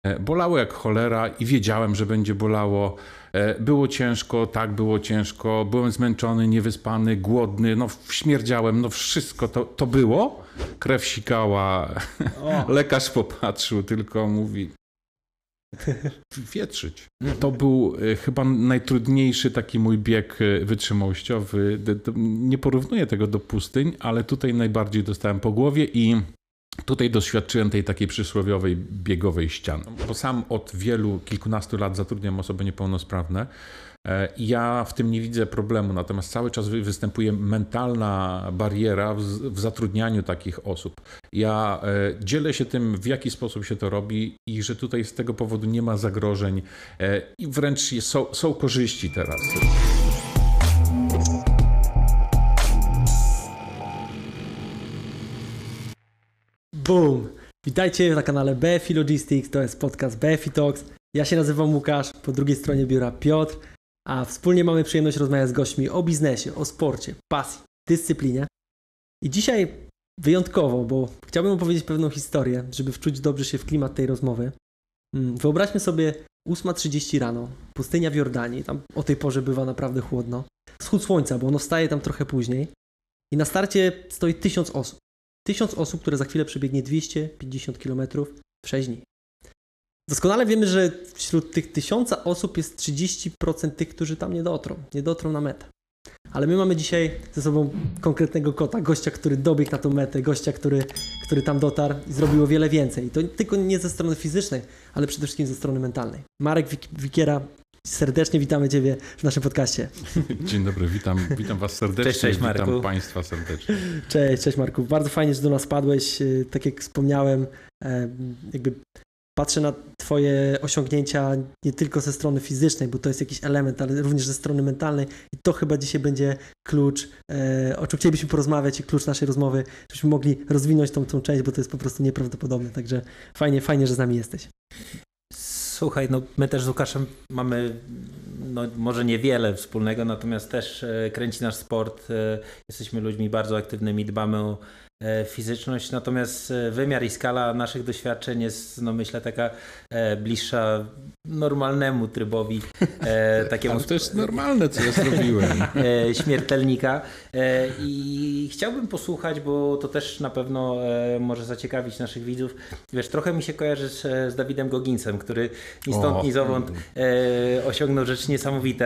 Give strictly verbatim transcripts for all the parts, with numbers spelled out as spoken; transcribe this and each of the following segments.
Bolało jak cholera i wiedziałem, że będzie bolało. Było ciężko, tak, było ciężko. Byłem zmęczony, niewyspany, głodny, no śmierdziałem, no wszystko to, to było. Krew sikała, o. Lekarz popatrzył, tylko mówi wietrzyć. To był chyba najtrudniejszy taki mój bieg wytrzymałościowy. Nie porównuję tego do pustyń, ale tutaj najbardziej dostałem po głowie i tutaj doświadczyłem tej takiej przysłowiowej biegowej ściany. Bo sam od wielu, kilkunastu lat zatrudniam osoby niepełnosprawne i ja w tym nie widzę problemu, natomiast cały czas występuje mentalna bariera w, w zatrudnianiu takich osób. Ja e, dzielę się tym, w jaki sposób się to robi i że tutaj z tego powodu nie ma zagrożeń e, i wręcz jest, są, są korzyści teraz. Boom! Witajcie na kanale B F I Logistics, to jest podcast B F I Talks. Ja się nazywam Łukasz, po drugiej stronie biura Piotr, a wspólnie mamy przyjemność rozmawiać z gośćmi o biznesie, o sporcie, pasji, dyscyplinie. I dzisiaj wyjątkowo, bo chciałbym opowiedzieć pewną historię, żeby wczuć dobrze się w klimat tej rozmowy. Wyobraźmy sobie ósma trzydzieści rano, pustynia w Jordanii, tam o tej porze bywa naprawdę chłodno. Wschód słońca, bo ono wstaje tam trochę później. I na starcie stoi tysiąc osób. Tysiąc osób, które za chwilę przebiegnie dwieście pięćdziesiąt kilometrów w sześć dni. Doskonale wiemy, że wśród tych tysiąca osób jest trzydzieści procent tych, którzy tam nie dotrą, nie dotrą na metę. Ale my mamy dzisiaj ze sobą konkretnego kota, gościa, który dobiegł na tą metę, gościa, który, który tam dotarł i zrobił o wiele więcej. I to tylko nie ze strony fizycznej, ale przede wszystkim ze strony mentalnej. Marek Wikiera, serdecznie witamy Ciebie w naszym podcaście. Dzień dobry, witam, witam Was serdecznie, cześć, cześć, witam Marku. Państwa serdecznie. Cześć, cześć Marku. Bardzo fajnie, że do nas padłeś. Tak jak wspomniałem, jakby patrzę na Twoje osiągnięcia nie tylko ze strony fizycznej, bo to jest jakiś element, ale również ze strony mentalnej i to chyba dzisiaj będzie klucz, o czym chcielibyśmy porozmawiać i klucz naszej rozmowy, żebyśmy mogli rozwinąć tą, tą część, bo to jest po prostu nieprawdopodobne. Także fajnie, fajnie, że z nami jesteś. Słuchaj, no my też z Łukaszem mamy no może niewiele wspólnego, natomiast też e, kręci nasz sport. E, jesteśmy ludźmi bardzo aktywnymi, dbamy o e, fizyczność, natomiast e, wymiar i skala naszych doświadczeń jest, no myślę, taka e, bliższa normalnemu trybowi. E, takiemu Ale to jest normalne, co ja zrobiłem. e, śmiertelnika. E, I chciałbym posłuchać, bo to też na pewno e, może zaciekawić naszych widzów. Wiesz, trochę mi się kojarzy z, z Dawidem Gogińcem, który ni stąd, o. ni zowąd e, osiągnął rzeczy niesamowite.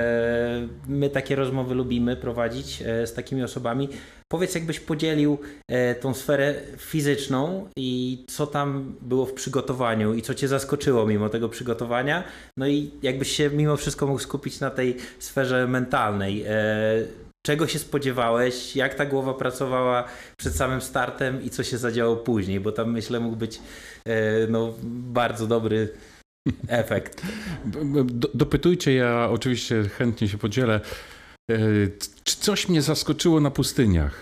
E, my takie rozmowy lubimy prowadzić e, z takimi osobami. Powiedz, jakbyś podzielił e, tą sferę fizyczną i co tam było w przygotowaniu i co Cię zaskoczyło mimo tego przygotowania. No i jakbyś się mimo wszystko mógł skupić na tej sferze mentalnej. E, czego się spodziewałeś? Jak ta głowa pracowała przed samym startem i co się zadziało później? Bo tam myślę mógł być e, no, bardzo dobry efekt. Dopytujcie, ja oczywiście chętnie się podzielę. Czy coś mnie zaskoczyło na pustyniach?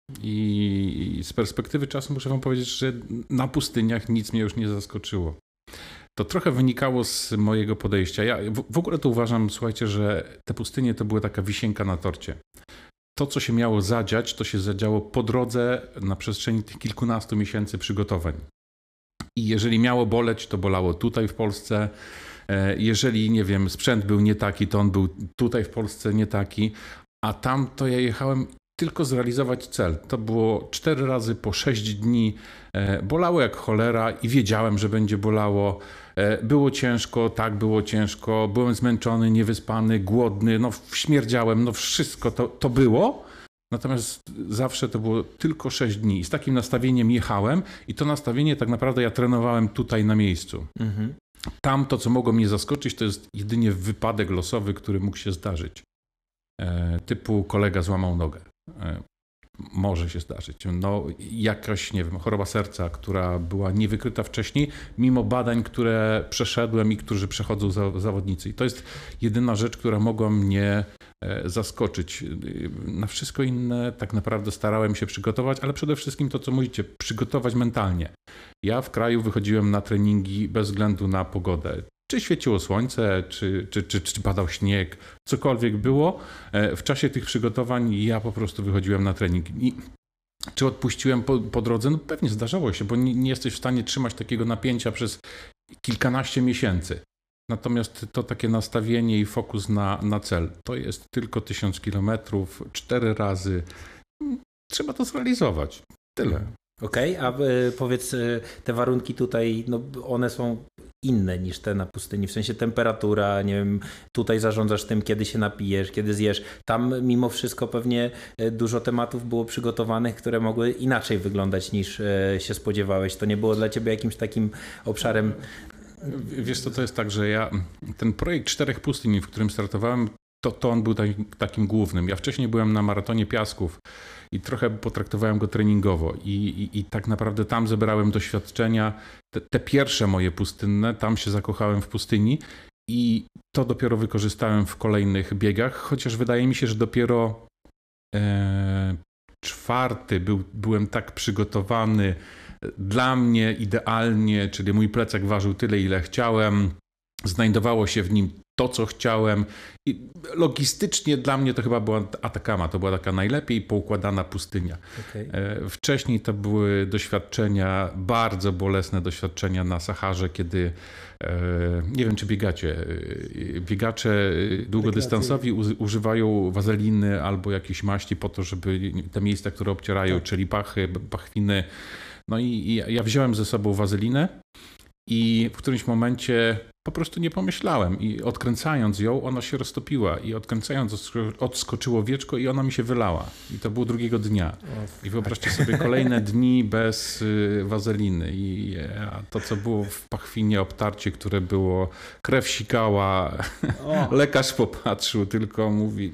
I z perspektywy czasu muszę Wam powiedzieć, że na pustyniach nic mnie już nie zaskoczyło. To trochę wynikało z mojego podejścia. Ja w ogóle to uważam, słuchajcie, że te pustynie to była taka wisienka na torcie. To, co się miało zadziać, to się zadziało po drodze na przestrzeni tych kilkunastu miesięcy przygotowań. I jeżeli miało boleć, to bolało tutaj w Polsce. Jeżeli, nie wiem, sprzęt był nie taki, to on był tutaj w Polsce nie taki, a tam to ja jechałem tylko zrealizować cel. To było cztery razy po sześć dni, bolało jak cholera i wiedziałem, że będzie bolało. Było ciężko, tak, było ciężko, byłem zmęczony, niewyspany, głodny, no śmierdziałem, no wszystko to, to było. Natomiast zawsze to było tylko sześć dni i z takim nastawieniem jechałem i to nastawienie tak naprawdę ja trenowałem tutaj na miejscu. Mhm. Tam to, co mogło mnie zaskoczyć, to jest jedynie wypadek losowy, który mógł się zdarzyć. E, typu kolega złamał nogę. E, może się zdarzyć. No, jakaś, nie wiem, choroba serca, która była niewykryta wcześniej, mimo badań, które przeszedłem i którzy przechodzą za, zawodnicy. I to jest jedyna rzecz, która mogła mnie e, zaskoczyć. Na wszystko inne tak naprawdę starałem się przygotować, ale przede wszystkim to, co mówicie, przygotować mentalnie. Ja w kraju wychodziłem na treningi bez względu na pogodę. Czy świeciło słońce, czy, czy, czy, czy padał śnieg, cokolwiek było. W czasie tych przygotowań ja po prostu wychodziłem na trening. I czy odpuściłem po, po drodze? No pewnie zdarzało się, bo nie, nie jesteś w stanie trzymać takiego napięcia przez kilkanaście miesięcy. Natomiast to takie nastawienie i fokus na, na cel, to jest tylko tysiąc kilometrów, cztery razy. Trzeba to zrealizować. Tyle. Okej, okay, a y, powiedz, y, te warunki tutaj, no one są inne niż te na pustyni, w sensie temperatura, nie wiem, tutaj zarządzasz tym, kiedy się napijesz, kiedy zjesz. Tam mimo wszystko pewnie dużo tematów było przygotowanych, które mogły inaczej wyglądać niż y, się spodziewałeś. To nie było dla ciebie jakimś takim obszarem... Wiesz co, to jest tak, że ja, ten projekt Czterech Pustyni, w którym startowałem, to, to on był taki, takim głównym. Ja wcześniej byłem na maratonie piasków i trochę potraktowałem go treningowo i, i, i tak naprawdę tam zebrałem doświadczenia, te, te pierwsze moje pustynne, tam się zakochałem w pustyni i to dopiero wykorzystałem w kolejnych biegach, chociaż wydaje mi się, że dopiero e, czwarty był, byłem tak przygotowany dla mnie idealnie, czyli mój plecak ważył tyle, ile chciałem, znajdowało się w nim to, co chciałem i logistycznie dla mnie to chyba była Atakama, to była taka najlepiej poukładana pustynia. Okay. Wcześniej to były doświadczenia, bardzo bolesne doświadczenia na Saharze, kiedy nie wiem, czy biegacie, biegacze długodystansowi używają wazeliny albo jakiejś maści po to, żeby te miejsca, które obcierają, tak. czyli pachy, pachwiny. No i, i ja wziąłem ze sobą wazelinę i w którymś momencie po prostu nie pomyślałem i odkręcając ją, ona się roztopiła i odkręcając odskoczyło wieczko i ona mi się wylała. I to było drugiego dnia. I wyobraźcie sobie kolejne dni bez wazeliny i to, co było w pachwinie, obtarcie, które było, krew sikała, o. Lekarz popatrzył, tylko mówi...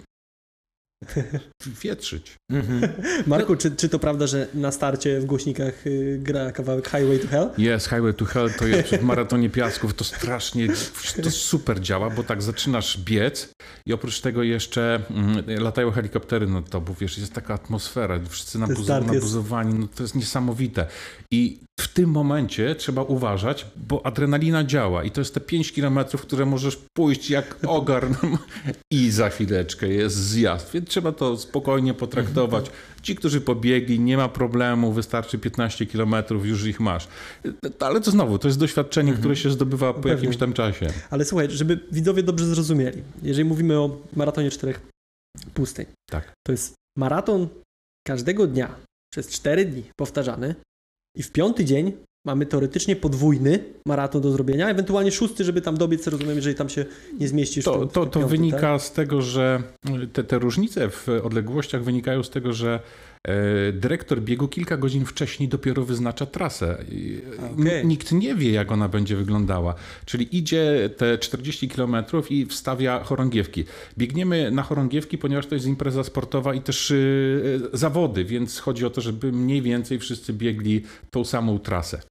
wietrzyć. Mm-hmm. Marku, czy, czy to prawda, że na starcie w głośnikach y, gra kawałek Highway to Hell? Jest, Highway to Hell to jest w maratonie piasków, to strasznie, to super działa, bo tak zaczynasz biec i oprócz tego jeszcze mm, latają helikoptery nad tobą, wiesz, jest taka atmosfera, wszyscy nabuzo- nabuzowani, no to jest niesamowite. I w tym momencie trzeba uważać, bo adrenalina działa i to jest te pięć kilometrów, które możesz pójść jak ogar i za chwileczkę jest zjazd, więc trzeba to spokojnie potraktować. Ci, którzy pobiegli, nie ma problemu, wystarczy piętnaście kilometrów, już ich masz. Ale to znowu, to jest doświadczenie, które się zdobywa po jakimś tam czasie. Ale słuchaj, żeby widzowie dobrze zrozumieli, jeżeli mówimy o maratonie czterech pustyń, tak. to jest maraton każdego dnia przez cztery dni powtarzany i w piąty dzień mamy teoretycznie podwójny maraton do zrobienia, ewentualnie szósty, żeby tam dobiec, rozumiem, jeżeli tam się nie zmieścisz. To, w, to, w to piąty, wynika tak? z tego, że te, te różnice w odległościach wynikają z tego, że e, dyrektor biegu kilka godzin wcześniej dopiero wyznacza trasę. Okay. Nikt nie wie, jak ona będzie wyglądała. Czyli idzie te czterdzieści kilometrów i wstawia chorągiewki. Biegniemy na chorągiewki, ponieważ to jest impreza sportowa i też y, zawody, więc chodzi o to, żeby mniej więcej wszyscy biegli tą samą trasę.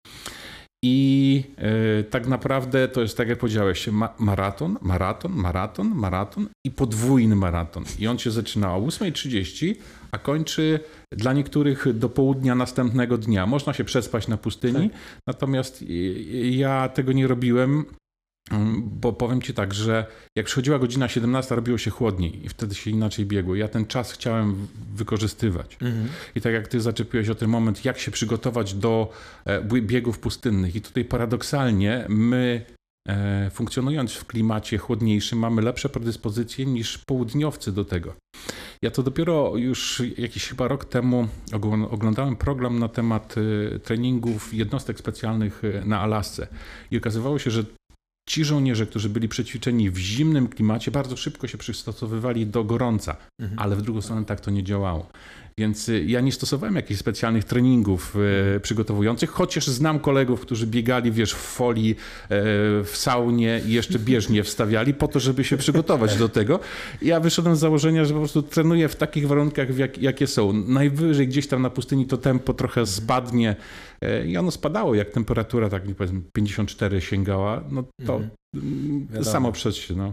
I y, tak naprawdę to jest tak, jak powiedziałeś, ma- maraton, maraton, maraton, maraton i podwójny maraton. I on się zaczyna o ósma trzydzieści, a kończy dla niektórych do południa następnego dnia. Można się przespać na pustyni, tak. Natomiast ja tego nie robiłem, bo powiem ci tak, że jak przychodziła godzina siedemnasta, robiło się chłodniej i wtedy się inaczej biegło. Ja ten czas chciałem wykorzystywać. Mhm. I tak jak ty zaczepiłeś o ten moment, jak się przygotować do biegów pustynnych. I tutaj paradoksalnie my, funkcjonując w klimacie chłodniejszym, mamy lepsze predyspozycje niż południowcy do tego. Ja to dopiero już jakiś chyba rok temu oglądałem program na temat treningów jednostek specjalnych na Alasce i okazywało się, że ci żołnierze, którzy byli przećwiczeni w zimnym klimacie, bardzo szybko się przystosowywali do gorąca, mhm. ale w drugą stronę tak to nie działało. Więc ja nie stosowałem jakichś specjalnych treningów e, przygotowujących, chociaż znam kolegów, którzy biegali, wiesz, w folii, e, w saunie i jeszcze bieżnie wstawiali po to, żeby się przygotować do tego. Ja wyszedłem z założenia, że po prostu trenuję w takich warunkach, jak, jakie są. Najwyżej gdzieś tam na pustyni to tempo trochę spadnie e, i ono spadało, jak temperatura tak powiedzmy pięćdziesiąt cztery sięgała, no to mhm. samo przez się, no.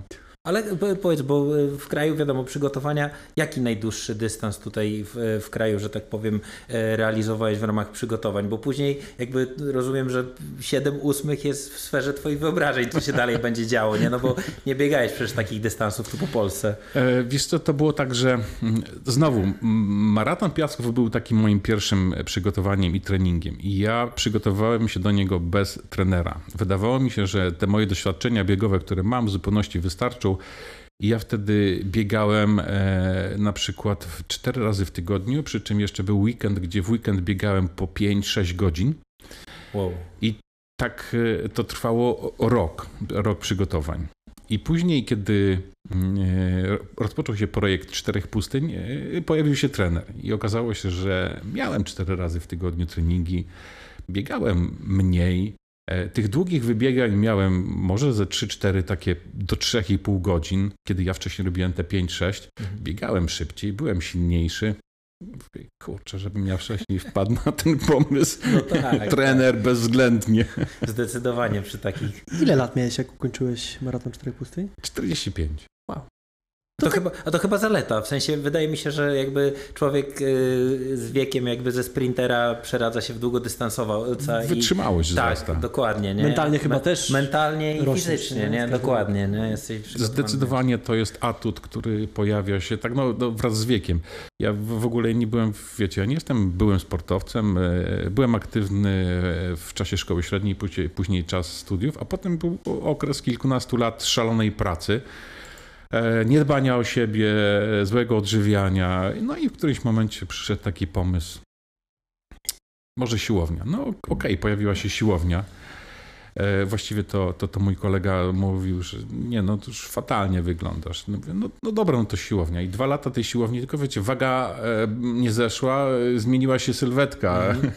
Ale powiedz, bo w kraju wiadomo, przygotowania, jaki najdłuższy dystans tutaj w, w kraju, że tak powiem, realizowałeś w ramach przygotowań? Bo później jakby rozumiem, że siedem ósmych jest w sferze twoich wyobrażeń, co się dalej będzie działo, nie? No bo nie biegałeś przecież takich dystansów tu po Polsce. E, wiesz co, to było tak, że znowu maraton Piastów był takim moim pierwszym przygotowaniem i treningiem i ja przygotowałem się do niego bez trenera. Wydawało mi się, że te moje doświadczenia biegowe, które mam, w zupełności wystarczą. I ja wtedy biegałem e, na przykład cztery razy w tygodniu, przy czym jeszcze był weekend, gdzie w weekend biegałem po pięć sześć godzin. Wow. I tak e, to trwało rok, rok przygotowań. I później, kiedy e, rozpoczął się projekt Czterech Pustyń, e, pojawił się trener. I okazało się, że miałem cztery razy w tygodniu treningi, biegałem mniej. Tych długich wybiegań miałem może ze trzy cztery takie do trzy i pół godzin, kiedy ja wcześniej robiłem te pięć sześć. Mhm. Biegałem szybciej, byłem silniejszy. Kurczę, żebym ja wcześniej wpadł na ten pomysł. No tak, trener tak. Bezwzględnie. Zdecydowanie przy takich. Ile lat miałeś, jak ukończyłeś maraton Czterech Pustyń? czterdzieści pięć. Wow. To, to chyba, a to chyba zaleta, w sensie wydaje mi się, że jakby człowiek yy, z wiekiem jakby ze sprintera przeradza się w długodystansowca. Wytrzymałość wzrasta. Tak, dokładnie. Nie? Mentalnie chyba Me, też. Mentalnie i fizycznie, nie? Dokładnie. Nie? Jesteś Zdecydowanie to jest atut, który pojawia się tak no, no, wraz z wiekiem. Ja w ogóle nie byłem, wiecie, ja nie jestem byłym sportowcem, byłem aktywny w czasie szkoły średniej, później, później czas studiów, a potem był okres kilkunastu lat szalonej pracy. Niedbania o siebie, złego odżywiania. No i w którymś momencie przyszedł taki pomysł, może siłownia. No okej, okay, pojawiła się siłownia. Właściwie to, to, to mój kolega mówił, że nie, no to już fatalnie wyglądasz. No, no, no dobra, no to siłownia. I dwa lata tej siłowni, tylko wiecie, waga nie zeszła, zmieniła się sylwetka. Mm.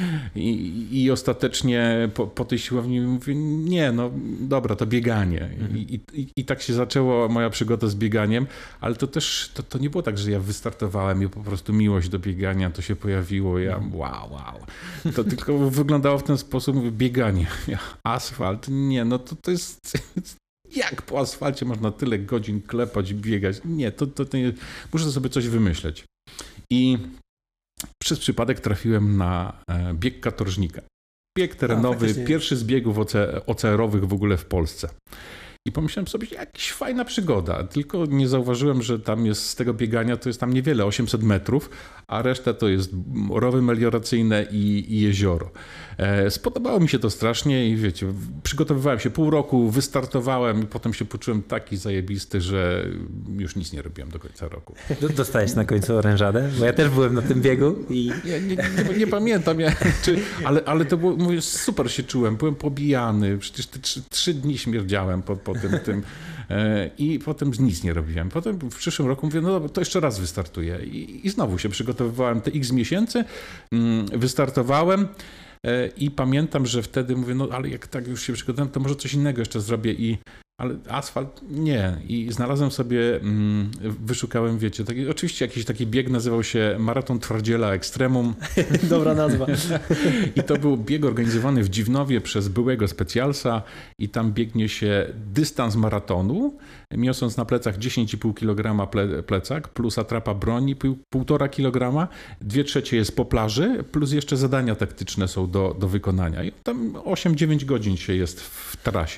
I, I ostatecznie po, po tej siłowni mówię, nie, no dobra, to bieganie. Mm. I, i, I tak się zaczęła moja przygoda z bieganiem, ale to też, to, to nie było tak, że ja wystartowałem i po prostu miłość do biegania, to się pojawiło, ja wow, wow. To tylko wyglądało w ten sposób, mówię, bieganie. Ja, asfalt, nie, no to, to jest, jak po asfalcie można tyle godzin klepać, biegać, nie, to, to, to nie, muszę sobie coś wymyśleć. I przez przypadek trafiłem na bieg katorżnika. Bieg terenowy, A, pierwszy z biegów O C R-owych w ogóle w Polsce. I pomyślałem sobie, jakaś fajna przygoda, tylko nie zauważyłem, że tam jest z tego biegania, to jest tam niewiele, osiemset metrów, a reszta to jest rowy melioracyjne i, i jezioro. E, spodobało mi się to strasznie i wiecie, przygotowywałem się pół roku, wystartowałem i potem się poczułem taki zajebisty, że już nic nie robiłem do końca roku. Dostałeś na końcu orężadę? Bo ja też byłem na tym biegu i... Ja nie, nie, nie pamiętam, ja, czy, ale, ale to było, mówię, super się czułem, byłem pobijany, przecież te trzy, trzy dni śmierdziałem po, po tym, tym e, i potem nic nie robiłem. Potem w przyszłym roku mówię, no dobra, to jeszcze raz wystartuję i, i znowu się przygotowywałem te x miesięcy, mm, wystartowałem e, i pamiętam, że wtedy mówię, no ale jak tak już się przygotowałem, to może coś innego jeszcze zrobię i ale asfalt nie. I znalazłem sobie, mm, wyszukałem, wiecie, taki, oczywiście jakiś taki bieg nazywał się Maraton Twardziela Ekstremum. Dobra nazwa. I to był bieg organizowany w Dziwnowie przez byłego specjalsa i tam biegnie się dystans maratonu, niosąc na plecach dziesięć i pół kilograma ple, plecak, plus atrapa broni półtora kilograma, dwie trzecie jest po plaży, plus jeszcze zadania taktyczne są do, do wykonania. I tam osiem dziewięć godzin się jest w trasie.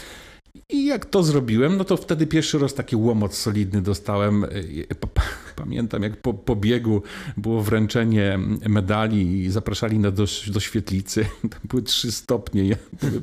I jak to zrobiłem, no to wtedy pierwszy raz taki łomot solidny dostałem. Pamiętam, jak po, po biegu było wręczenie medali i zapraszali na do, do świetlicy. Tam były trzy stopnie. Ja byłem...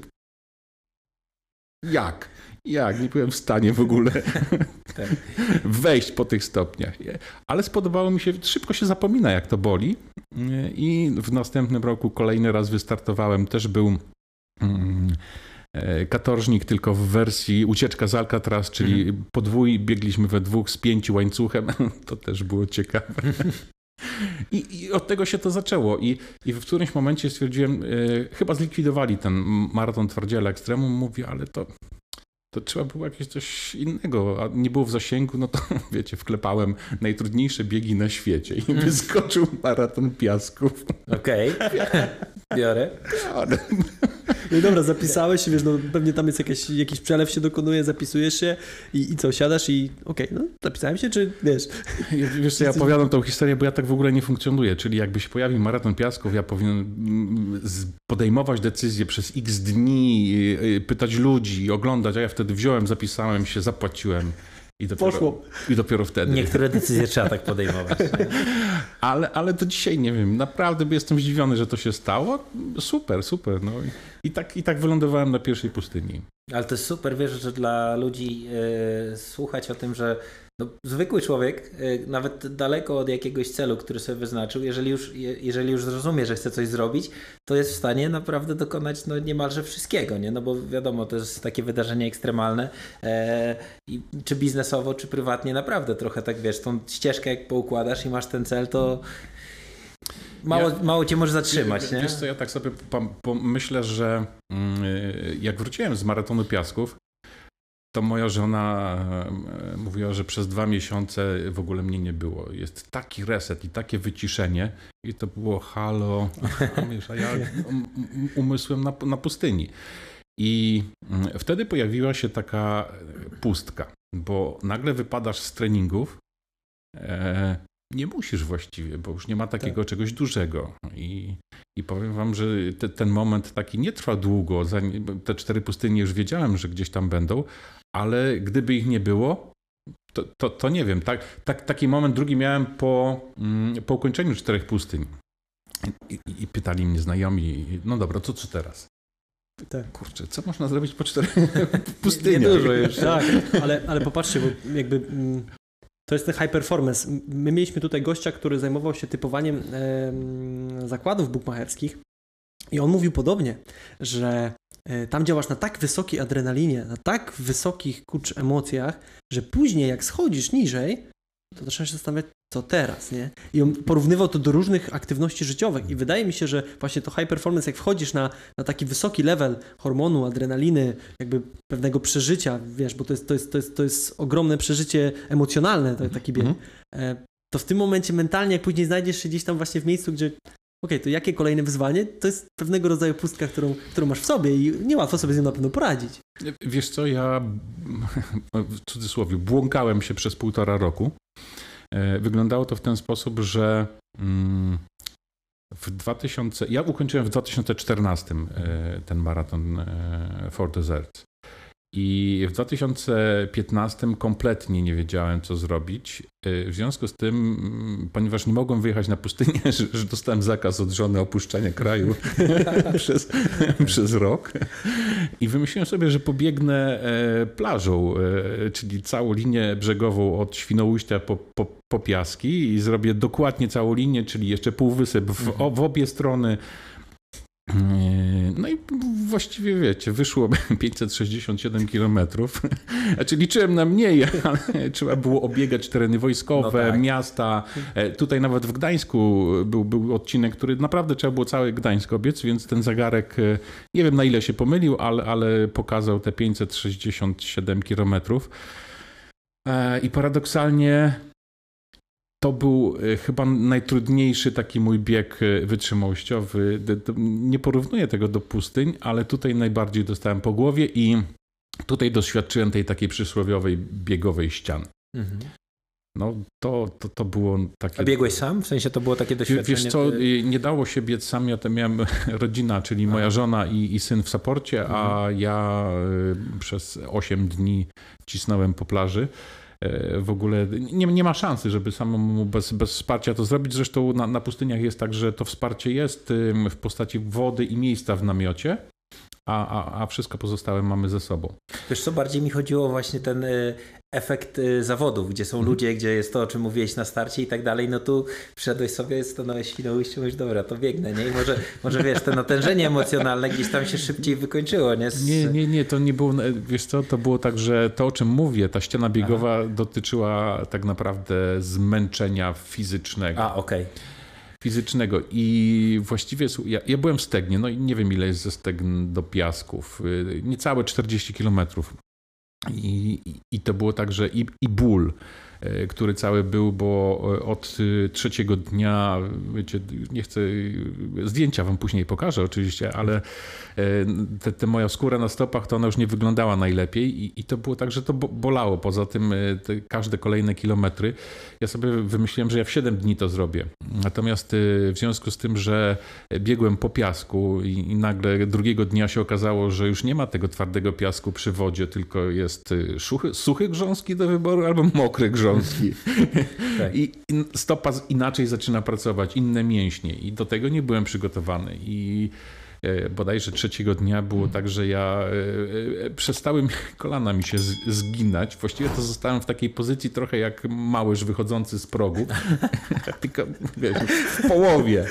Jak? Jak? Nie byłem w stanie w ogóle wejść po tych stopniach. Ale spodobało mi się, szybko się zapomina, jak to boli. I w następnym roku kolejny raz wystartowałem. Też był... Hmm, katorżnik, tylko w wersji ucieczka z Alcatraz, czyli mhm. podwój, biegliśmy we dwóch z pięciu łańcuchem. To też było ciekawe. I, I od tego się to zaczęło. I, i w którymś momencie stwierdziłem, e, chyba zlikwidowali ten maraton Twardziela Ekstremum. Mówię, ale to, to trzeba było jakieś coś innego, a nie było w zasięgu, no to wiecie, wklepałem najtrudniejsze biegi na świecie i wyskoczył maraton piasków. Okej, okay. Biorę. Biorę. No dobra, zapisałeś się, wiesz, no pewnie tam jest jakiś, jakiś przelew się dokonuje, zapisujesz się i, i co, siadasz i okej, okay, no zapisałem się, czy wiesz? Wiesz co, ja opowiadam tą historię, bo ja tak w ogóle nie funkcjonuję, czyli jakby się pojawił maraton piasków, ja powinien podejmować decyzje przez x dni, pytać ludzi, oglądać, a ja wtedy wziąłem, zapisałem się, zapłaciłem. I dopiero, Poszło. I dopiero wtedy. Niektóre decyzje trzeba tak podejmować. ale, ale do dzisiaj nie wiem, naprawdę jestem zdziwiony, że to się stało. Super, super. No. I, tak, I tak wylądowałem na pierwszej pustyni. Ale to jest super, wiesz, że dla ludzi yy, słuchać o tym, że no, zwykły człowiek, yy, nawet daleko od jakiegoś celu, który sobie wyznaczył, jeżeli już, je, jeżeli już zrozumie, że chce coś zrobić, to jest w stanie naprawdę dokonać no, niemalże wszystkiego, nie? No bo wiadomo, to jest takie wydarzenie ekstremalne yy, i czy biznesowo, czy prywatnie, naprawdę trochę tak, wiesz, tą ścieżkę jak poukładasz i masz ten cel, to mało, ja, mało cię może zatrzymać, nie? Wiesz co, ja tak sobie myślę, że jak wróciłem z maratonu piasków, to moja żona mówiła, że przez dwa miesiące w ogóle mnie nie było. Jest taki reset i takie wyciszenie i to było halo, a ja umysłem na, na pustyni. I wtedy pojawiła się taka pustka, bo nagle wypadasz z treningów, e, nie musisz właściwie, bo już nie ma takiego tak. czegoś dużego. I, i powiem wam, że te, ten moment taki nie trwa długo. Te cztery pustynie już wiedziałem, że gdzieś tam będą, ale gdyby ich nie było, to, to, to nie wiem. Tak, tak, taki moment drugi miałem po, po ukończeniu czterech pustyń. I, i pytali mnie znajomi, no dobra, to co teraz? Tak. Kurczę, co można zrobić po czterech pustyniach? Nie dużo już. Tak, ale, ale popatrzcie, bo jakby... Mm, to jest ten high performance. My mieliśmy tutaj gościa, który zajmował się typowaniem e, zakładów bukmacherskich i on mówił podobnie, że e, tam działasz na tak wysokiej adrenalinie, na tak wysokich kurcz emocjach, że później jak schodzisz niżej, to zaczynasz się zastanawiać, co teraz, nie? I on porównywał to do różnych aktywności życiowych i wydaje mi się, że właśnie to high performance, jak wchodzisz na, na taki wysoki level hormonu, adrenaliny, jakby pewnego przeżycia, wiesz, bo to jest, to jest, to jest, to jest ogromne przeżycie emocjonalne, to, taki bieg, mm-hmm. to w tym momencie mentalnie, jak później znajdziesz się gdzieś tam właśnie w miejscu, gdzie okej, okay, to jakie kolejne wyzwanie? To jest pewnego rodzaju pustka, którą, którą masz w sobie i niełatwo sobie z nią na pewno poradzić. Wiesz co, ja w cudzysłowie błąkałem się przez półtora roku. Wyglądało to w ten sposób, że w dwa tysiące... Ja ukończyłem w dwa tysiące czternastym ten maraton Four Deserts. I w dwa tysiące piętnastym kompletnie nie wiedziałem, co zrobić. W związku z tym, ponieważ nie mogłem wyjechać na pustynię, że, że dostałem zakaz od żony opuszczania kraju przez, przez rok. I wymyśliłem sobie, że pobiegnę plażą, czyli całą linię brzegową od Świnoujścia po, po, po Piaski i zrobię dokładnie całą linię, czyli jeszcze półwysyp w, w obie strony. No i właściwie wiecie, wyszło pięćset sześćdziesiąt siedem kilometrów. Znaczy liczyłem na mniej, ale trzeba było obiegać tereny wojskowe, no tak. miasta. Tutaj nawet w Gdańsku był, był odcinek, który naprawdę trzeba było cały Gdańsk obiec, więc ten zegarek, nie wiem na ile się pomylił, ale, ale pokazał te pięćset sześćdziesiąt siedem kilometrów. I paradoksalnie to był chyba najtrudniejszy taki mój bieg wytrzymałościowy. Nie porównuję tego do pustyń, ale tutaj najbardziej dostałem po głowie i tutaj doświadczyłem tej takiej przysłowiowej biegowej ściany. Mhm. No to, to, to było takie... A biegłeś sam? W sensie to było takie doświadczenie? Wiesz co, nie dało się biec sam. Ja to miałem rodzina, czyli moja żona i, i syn w Saporcie, mhm. a ja przez osiem dni cisnąłem po plaży. W ogóle nie, nie ma szansy, żeby samemu bez, bez wsparcia to zrobić. Zresztą na, na pustyniach jest tak, że to wsparcie jest w postaci wody i miejsca w namiocie, a, a, a wszystko pozostałe mamy ze sobą. Wiesz co, bardziej mi chodziło właśnie ten efekt zawodów, gdzie są ludzie, gdzie jest to, o czym mówiłeś na starcie i tak dalej, no tu wszedłeś sobie, stanąłeś w Świnoujściu, mówisz, dobra, to biegnę, nie? I może, może wiesz, to natężenie emocjonalne gdzieś tam się szybciej wykończyło, nie? Z... Nie, nie, nie, to nie było, wiesz co, to było tak, że to, o czym mówię, ta ściana biegowa Aha. dotyczyła tak naprawdę zmęczenia fizycznego. A, okej. Okay. fizycznego i właściwie ja, ja byłem w Stegnie, no i nie wiem ile jest ze Stegn do Piasków, niecałe czterdzieści kilometrów. I, i to było tak, że i, i ból, który cały był, bo od trzeciego dnia, wiecie, nie chcę, zdjęcia wam później pokażę oczywiście, ale te, te moja skóra na stopach, to ona już nie wyglądała najlepiej i, i to było tak, że to bolało. Poza tym te, każde kolejne kilometry, ja sobie wymyśliłem, że ja w siedem dni to zrobię. Natomiast w związku z tym, że biegłem po piasku i, i nagle drugiego dnia się okazało, że już nie ma tego twardego piasku przy wodzie, tylko jest suchy, suchy grząski do wyboru albo mokry grząski. Tak. I stopa inaczej zaczyna pracować, inne mięśnie i do tego nie byłem przygotowany i bodajże trzeciego dnia było tak, że ja przestały kolana mi się zginać. Właściwie to zostałem w takiej pozycji trochę jak małyż wychodzący z progu, tylko wiesz, w połowie.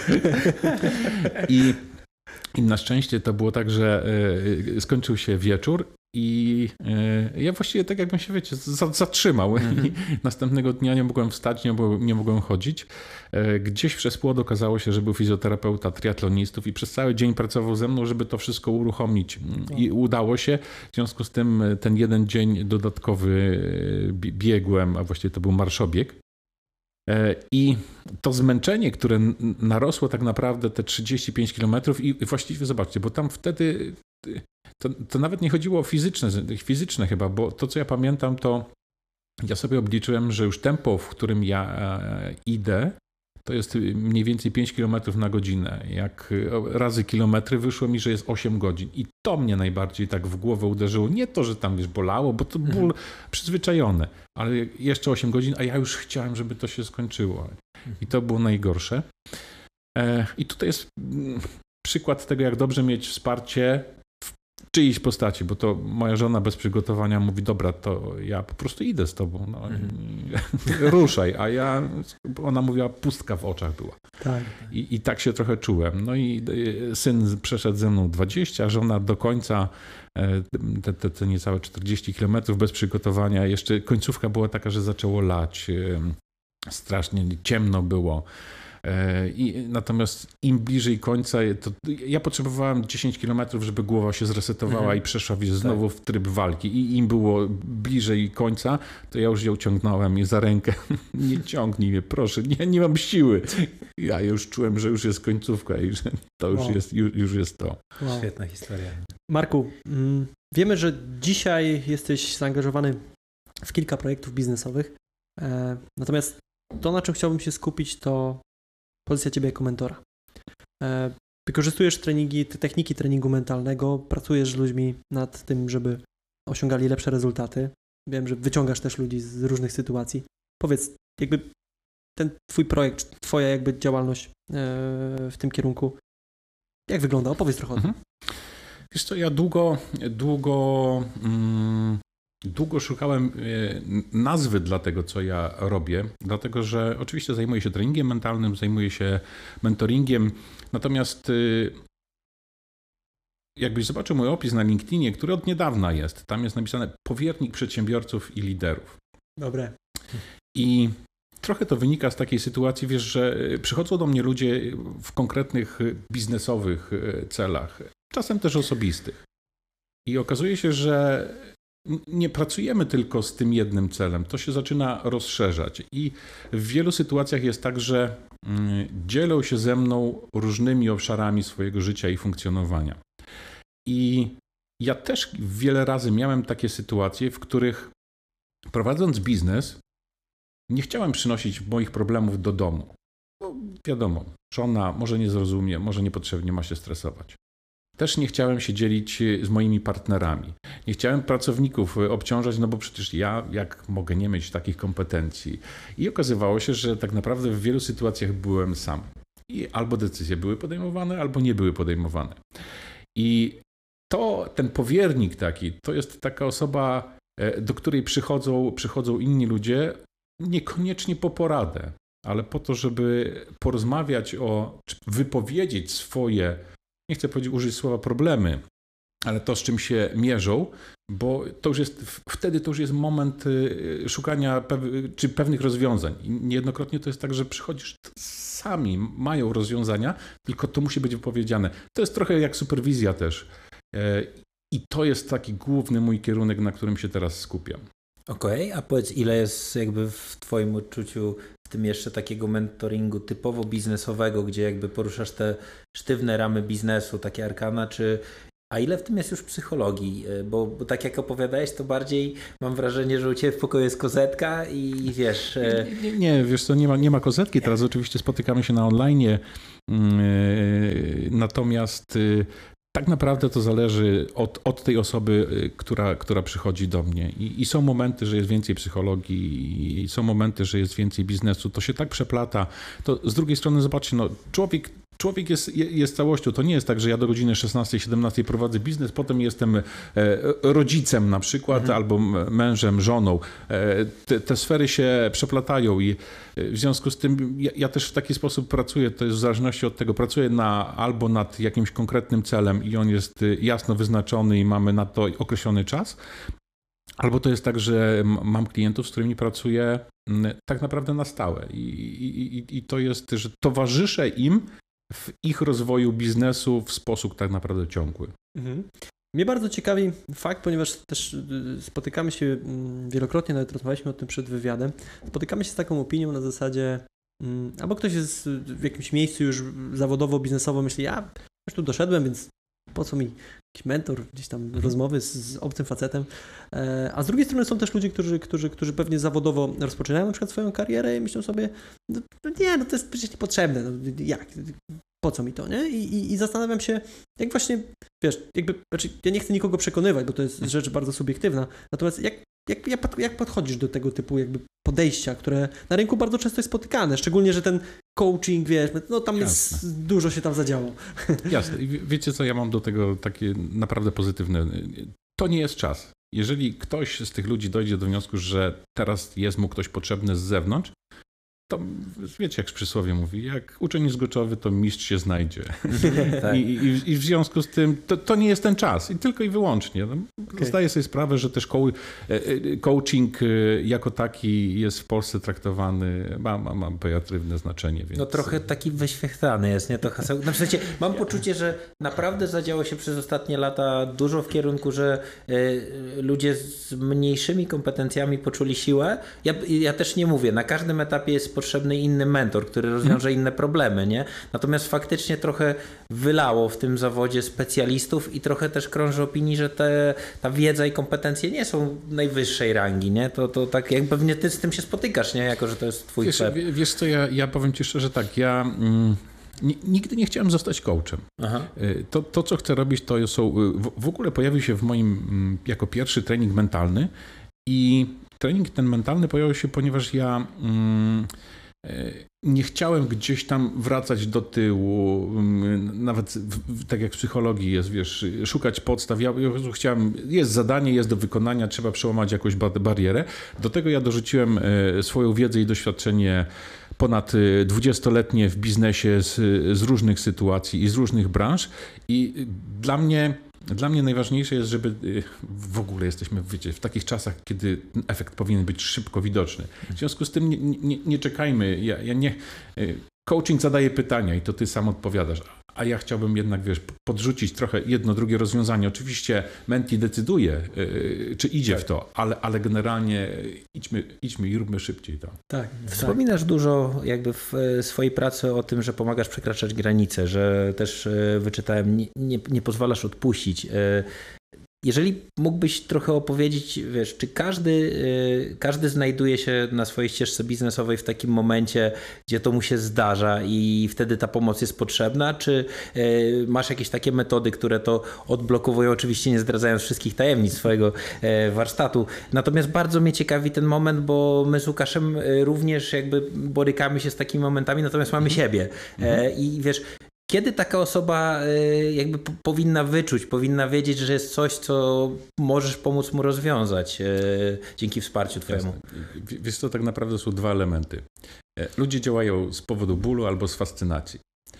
I, I na szczęście to było tak, że skończył się wieczór i ja właściwie tak jakbym się, wiecie, zatrzymał. Mm. I następnego dnia nie mogłem wstać, nie mogłem, nie mogłem chodzić. Gdzieś przez płot okazało się, że był fizjoterapeuta triatlonistów i przez cały dzień pracował ze mną, żeby to wszystko uruchomić. I udało się. W związku z tym ten jeden dzień dodatkowy biegłem, a właściwie to był marszobieg. I to zmęczenie, które narosło tak naprawdę te trzydzieści pięć kilometrów i właściwie zobaczcie, bo tam wtedy to, to nawet nie chodziło o fizyczne, fizyczne chyba, bo to co ja pamiętam, to ja sobie obliczyłem, że już tempo, w którym ja idę, to jest mniej więcej pięć kilometrów na godzinę. Jak razy kilometry wyszło mi, że jest osiem godzin. I to mnie najbardziej tak w głowę uderzyło. Nie to, że tam wiesz, bolało, bo to ból przyzwyczajony, ale jeszcze osiem godzin, a ja już chciałem, żeby to się skończyło. I to było najgorsze. I tutaj jest przykład tego, jak dobrze mieć wsparcie w czyjejś postaci, bo to moja żona bez przygotowania mówi, dobra, to ja po prostu idę z tobą, no, mhm. ruszaj, a ja, ona mówiła, pustka w oczach była. Tak. I, I tak się trochę czułem. No i syn przeszedł ze mną dwadzieścia, żona do końca te, te, te niecałe czterdzieści kilometrów bez przygotowania. Jeszcze końcówka była taka, że zaczęło lać, strasznie ciemno było. I natomiast im bliżej końca, to ja potrzebowałem dziesięć kilometrów, żeby głowa się zresetowała mhm. i przeszła znowu tak. w tryb walki. I im było bliżej końca, to ja już ją ciągnąłem i za rękę. Nie ciągnij mnie, proszę, nie, nie mam siły. Ja już czułem, że już jest końcówka i że to już, wow. jest, już, już jest to. Wow. Świetna historia. Marku, mm, wiemy, że dzisiaj jesteś zaangażowany w kilka projektów biznesowych, e, natomiast to, na czym chciałbym się skupić, to pozycja ciebie jako mentora. E, wykorzystujesz treningi, te techniki treningu mentalnego, pracujesz z ludźmi nad tym, żeby osiągali lepsze rezultaty. Wiem, że wyciągasz też ludzi z różnych sytuacji. Powiedz, jakby ten twój projekt, twoja jakby działalność e, w tym kierunku, jak wygląda? Opowiedz trochę mhm. o tym. Wiesz co, ja długo, długo, mm, długo szukałem nazwy dla tego, co ja robię, dlatego że oczywiście zajmuję się treningiem mentalnym, zajmuję się mentoringiem, natomiast jakbyś zobaczył mój opis na LinkedInie, który od niedawna jest, tam jest napisane powiernik przedsiębiorców i liderów. Dobre. I trochę to wynika z takiej sytuacji, wiesz, że przychodzą do mnie ludzie w konkretnych biznesowych celach, czasem też osobistych. I okazuje się, że nie pracujemy tylko z tym jednym celem, to się zaczyna rozszerzać. I w wielu sytuacjach jest tak, że dzielą się ze mną różnymi obszarami swojego życia i funkcjonowania. I ja też wiele razy miałem takie sytuacje, w których prowadząc biznes, nie chciałem przynosić moich problemów do domu. Bo wiadomo, żona może nie zrozumie, może niepotrzebnie ma się stresować. Też nie chciałem się dzielić z moimi partnerami. Nie chciałem pracowników obciążać, no bo przecież ja jak mogę nie mieć takich kompetencji. I okazywało się, że tak naprawdę w wielu sytuacjach byłem sam. I albo decyzje były podejmowane, albo nie były podejmowane. I to, ten powiernik taki, to jest taka osoba, do której przychodzą, przychodzą inni ludzie, niekoniecznie po poradę, ale po to, żeby porozmawiać o, czy wypowiedzieć swoje, nie chcę powiedzieć, użyć słowa problemy, ale to, z czym się mierzą, bo to już jest, wtedy to już jest moment szukania pew, czy pewnych rozwiązań. I niejednokrotnie to jest tak, że przychodzisz, sami mają rozwiązania, tylko to musi być wypowiedziane. To jest trochę jak superwizja też. I to jest taki główny mój kierunek, na którym się teraz skupiam. Okej, okay, a powiedz, ile jest jakby w twoim odczuciu w tym jeszcze takiego mentoringu typowo biznesowego, gdzie jakby poruszasz te sztywne ramy biznesu, takie arkana, czy a ile w tym jest już psychologii? Bo, bo tak jak opowiadałeś, to bardziej mam wrażenie, że u ciebie w pokoju jest kozetka i wiesz... Nie, nie, nie wiesz co, nie ma, nie ma kozetki. Teraz oczywiście spotykamy się na online, yy, natomiast yy, tak naprawdę to zależy od, od tej osoby, która, która przychodzi do mnie. I, I są momenty, że jest więcej psychologii, i są momenty, że jest więcej biznesu. To się tak przeplata. To z drugiej strony zobaczcie, no, człowiek Człowiek jest, jest całością. To nie jest tak, że ja do godziny szesnastej siedemnastej prowadzę biznes, potem jestem rodzicem na przykład, mhm. albo mężem, żoną. Te, te sfery się przeplatają i w związku z tym ja, ja też w taki sposób pracuję. To jest w zależności od tego. Pracuję na, albo nad jakimś konkretnym celem i on jest jasno wyznaczony i mamy na to określony czas. Albo to jest tak, że mam klientów, z którymi pracuję tak naprawdę na stałe. I, i, i to jest, że towarzyszę im w ich rozwoju biznesu w sposób tak naprawdę ciągły. Mhm. Mnie bardzo ciekawi fakt, ponieważ też spotykamy się wielokrotnie, nawet rozmawialiśmy o tym przed wywiadem, spotykamy się z taką opinią na zasadzie, albo ktoś jest w jakimś miejscu już zawodowo, biznesowo, myśli, ja już tu doszedłem, więc po co mi jakiś mentor, gdzieś tam mhm. rozmowy z, z obcym facetem. A z drugiej strony są też ludzie, którzy, którzy, którzy pewnie zawodowo rozpoczynają na przykład swoją karierę i myślą sobie, no, no nie, no to jest przecież niepotrzebne, no jak, po co mi to, nie? I, i, i zastanawiam się, jak właśnie, wiesz, jakby, znaczy ja nie chcę nikogo przekonywać, bo to jest rzecz bardzo subiektywna, natomiast jak, jak, jak, jak podchodzisz do tego typu jakby podejścia, które na rynku bardzo często jest spotykane, szczególnie, że ten coaching, wiesz, no tam jest, Jasne. dużo się tam zadziało. Jasne. I wiecie co, ja mam do tego takie naprawdę pozytywne. To nie jest czas. Jeżeli ktoś z tych ludzi dojdzie do wniosku, że teraz jest mu ktoś potrzebny z zewnątrz, to wiecie, jak przysłowie mówi, jak uczeń jest goczowy, to mistrz się znajdzie. tak. I, i, I w związku z tym to, to nie jest ten czas. I tylko i wyłącznie. No, okay. Zdaję sobie sprawę, że te szkoły, coaching jako taki jest w Polsce traktowany, ma, ma, ma pejoratywne znaczenie. Więc... No trochę taki wyświechtany jest, nie? To haseł. No, w sensie, mam poczucie, że naprawdę zadziało się przez ostatnie lata dużo w kierunku, że y, ludzie z mniejszymi kompetencjami poczuli siłę. Ja, ja też nie mówię, na każdym etapie jest potrzebny inny mentor, który rozwiąże inne problemy, nie? Natomiast faktycznie trochę wylało w tym zawodzie specjalistów i trochę też krąży opinii, że te, ta wiedza i kompetencje nie są najwyższej rangi, nie? To, to tak jak pewnie ty z tym się spotykasz, nie? Jako, że to jest twój wiesz, chleb. Wiesz co, ja, ja powiem ci szczerze tak, ja mm, nigdy nie chciałem zostać coachem. Aha. To, to, co chcę robić, to są, w, w ogóle pojawił się w moim, jako pierwszy trening mentalny i trening ten mentalny pojawił się, ponieważ ja mm, nie chciałem gdzieś tam wracać do tyłu, nawet w, tak jak w psychologii jest, wiesz, szukać podstaw. Ja chciałem, jest zadanie, jest do wykonania, trzeba przełamać jakąś barierę. Do tego ja dorzuciłem swoją wiedzę i doświadczenie ponad dwudziestoletnie w biznesie z, z różnych sytuacji i z różnych branż i dla mnie Dla mnie najważniejsze jest, żeby w ogóle jesteśmy, wiecie, w takich czasach, kiedy efekt powinien być szybko widoczny. W związku z tym nie, nie, nie czekajmy. Ja, ja nie, coaching zadaje pytania i to ty sam odpowiadasz. A ja chciałbym jednak, wiesz, podrzucić trochę jedno, drugie rozwiązanie. Oczywiście menti decyduje, yy, czy idzie tak. w to, ale, ale generalnie idźmy, idźmy i róbmy szybciej to. Tak. Wspominasz tak. dużo jakby w swojej pracy o tym, że pomagasz przekraczać granice, że też wyczytałem, nie, nie, nie pozwalasz odpuścić. Jeżeli mógłbyś trochę opowiedzieć, wiesz, czy każdy, każdy znajduje się na swojej ścieżce biznesowej w takim momencie, gdzie to mu się zdarza i wtedy ta pomoc jest potrzebna, czy masz jakieś takie metody, które to odblokowują, oczywiście nie zdradzając wszystkich tajemnic swojego warsztatu. Natomiast bardzo mnie ciekawi ten moment, bo my z Łukaszem również jakby borykamy się z takimi momentami, natomiast mamy siebie. Mhm. I wiesz, kiedy taka osoba jakby powinna wyczuć, powinna wiedzieć, że jest coś, co możesz pomóc mu rozwiązać dzięki wsparciu twojemu? Jasne. Wiesz co, tak naprawdę są dwa elementy. Ludzie działają z powodu bólu albo z fascynacji.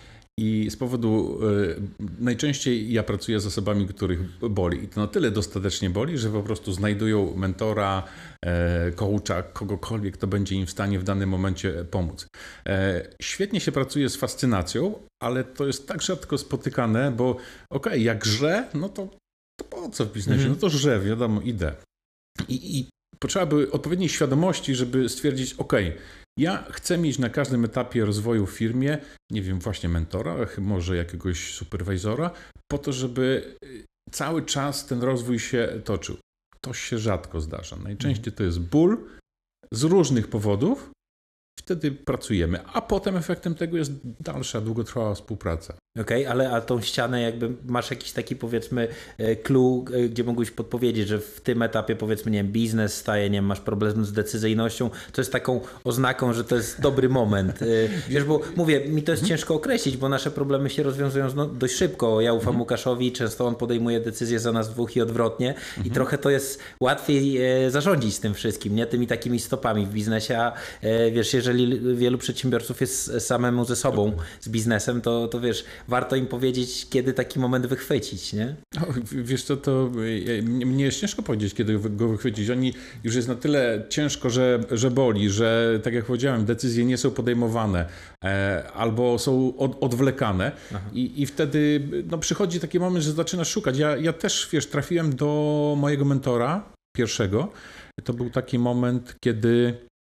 I z powodu, najczęściej ja pracuję z osobami, których boli. I to na tyle dostatecznie boli, że po prostu znajdują mentora, coacha, kogokolwiek, kto będzie im w stanie w danym momencie pomóc. Świetnie się pracuje z fascynacją, ale to jest tak rzadko spotykane, bo okej, okay, jak żre, no to to po co w biznesie? Mhm. No to żre, wiadomo, idę. I, i potrzeba by odpowiedniej świadomości, żeby stwierdzić, ok, ja chcę mieć na każdym etapie rozwoju w firmie, nie wiem, właśnie mentora, może jakiegoś superwizora, po to, żeby cały czas ten rozwój się toczył. To się rzadko zdarza. Najczęściej to jest ból z różnych powodów, wtedy pracujemy, a potem efektem tego jest dalsza, długotrwała współpraca. Okej, okay, ale a tą ścianę jakby masz jakiś taki powiedzmy clue, gdzie mógłbyś podpowiedzieć, że w tym etapie powiedzmy, nie wiem, biznes staje, nie wiem, masz problem z decyzyjnością, to jest taką oznaką, że to jest dobry moment. Wiesz, bo mówię, mi to jest ciężko określić, bo nasze problemy się rozwiązują no, dość szybko. Ja ufam Łukaszowi, często on podejmuje decyzje za nas dwóch i odwrotnie i trochę to jest łatwiej zarządzić z tym wszystkim, nie? Tymi takimi stopami w biznesie, a wiesz, jeżeli wielu przedsiębiorców jest samemu ze sobą, z biznesem, to, to wiesz, warto im powiedzieć, kiedy taki moment wychwycić, nie? O, wiesz co, to mnie jest ciężko powiedzieć, kiedy go wychwycić. Oni już jest na tyle ciężko, że, że boli, że tak jak powiedziałem, decyzje nie są podejmowane e, albo są od, odwlekane i, i wtedy no, przychodzi taki moment, że zaczynasz szukać. Ja, ja też, wiesz, trafiłem do mojego mentora pierwszego. To był taki moment, kiedy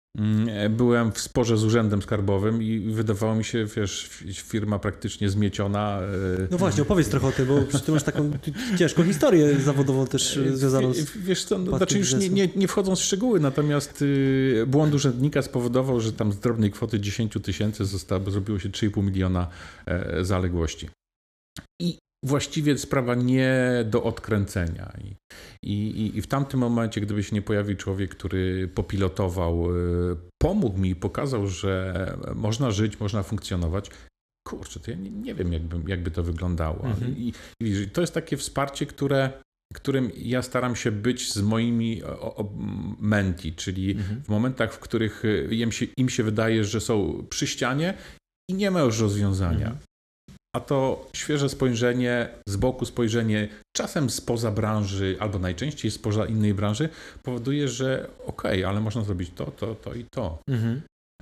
byłem w sporze z urzędem skarbowym i wydawało mi się, wiesz, firma praktycznie zmieciona. No właśnie, opowiedz trochę o tym, bo ty masz taką ciężką historię zawodową też związaną z... Wiesz co, no, znaczy już nie, nie, nie wchodząc w szczegóły, natomiast y, błąd urzędnika spowodował, że tam z drobnej kwoty dziesięć tysięcy zostało, zrobiło się trzy i pół miliona e, zaległości. I właściwie sprawa nie do odkręcenia. I, i, I w tamtym momencie, gdyby się nie pojawił człowiek, który popilotował, pomógł mi i pokazał, że można żyć, można funkcjonować, kurczę, to ja nie, nie wiem, jakby, jakby to wyglądało. Mhm. I, I to jest takie wsparcie, które, którym ja staram się być z moimi o, o, menti, czyli mhm. w momentach, w których im się, im się wydaje, że są przy ścianie i nie ma już rozwiązania. Mhm. A to świeże spojrzenie, z boku spojrzenie, czasem spoza branży, albo najczęściej spoza innej branży, powoduje, że okej, okay, ale można zrobić to, to, to i to. Mhm.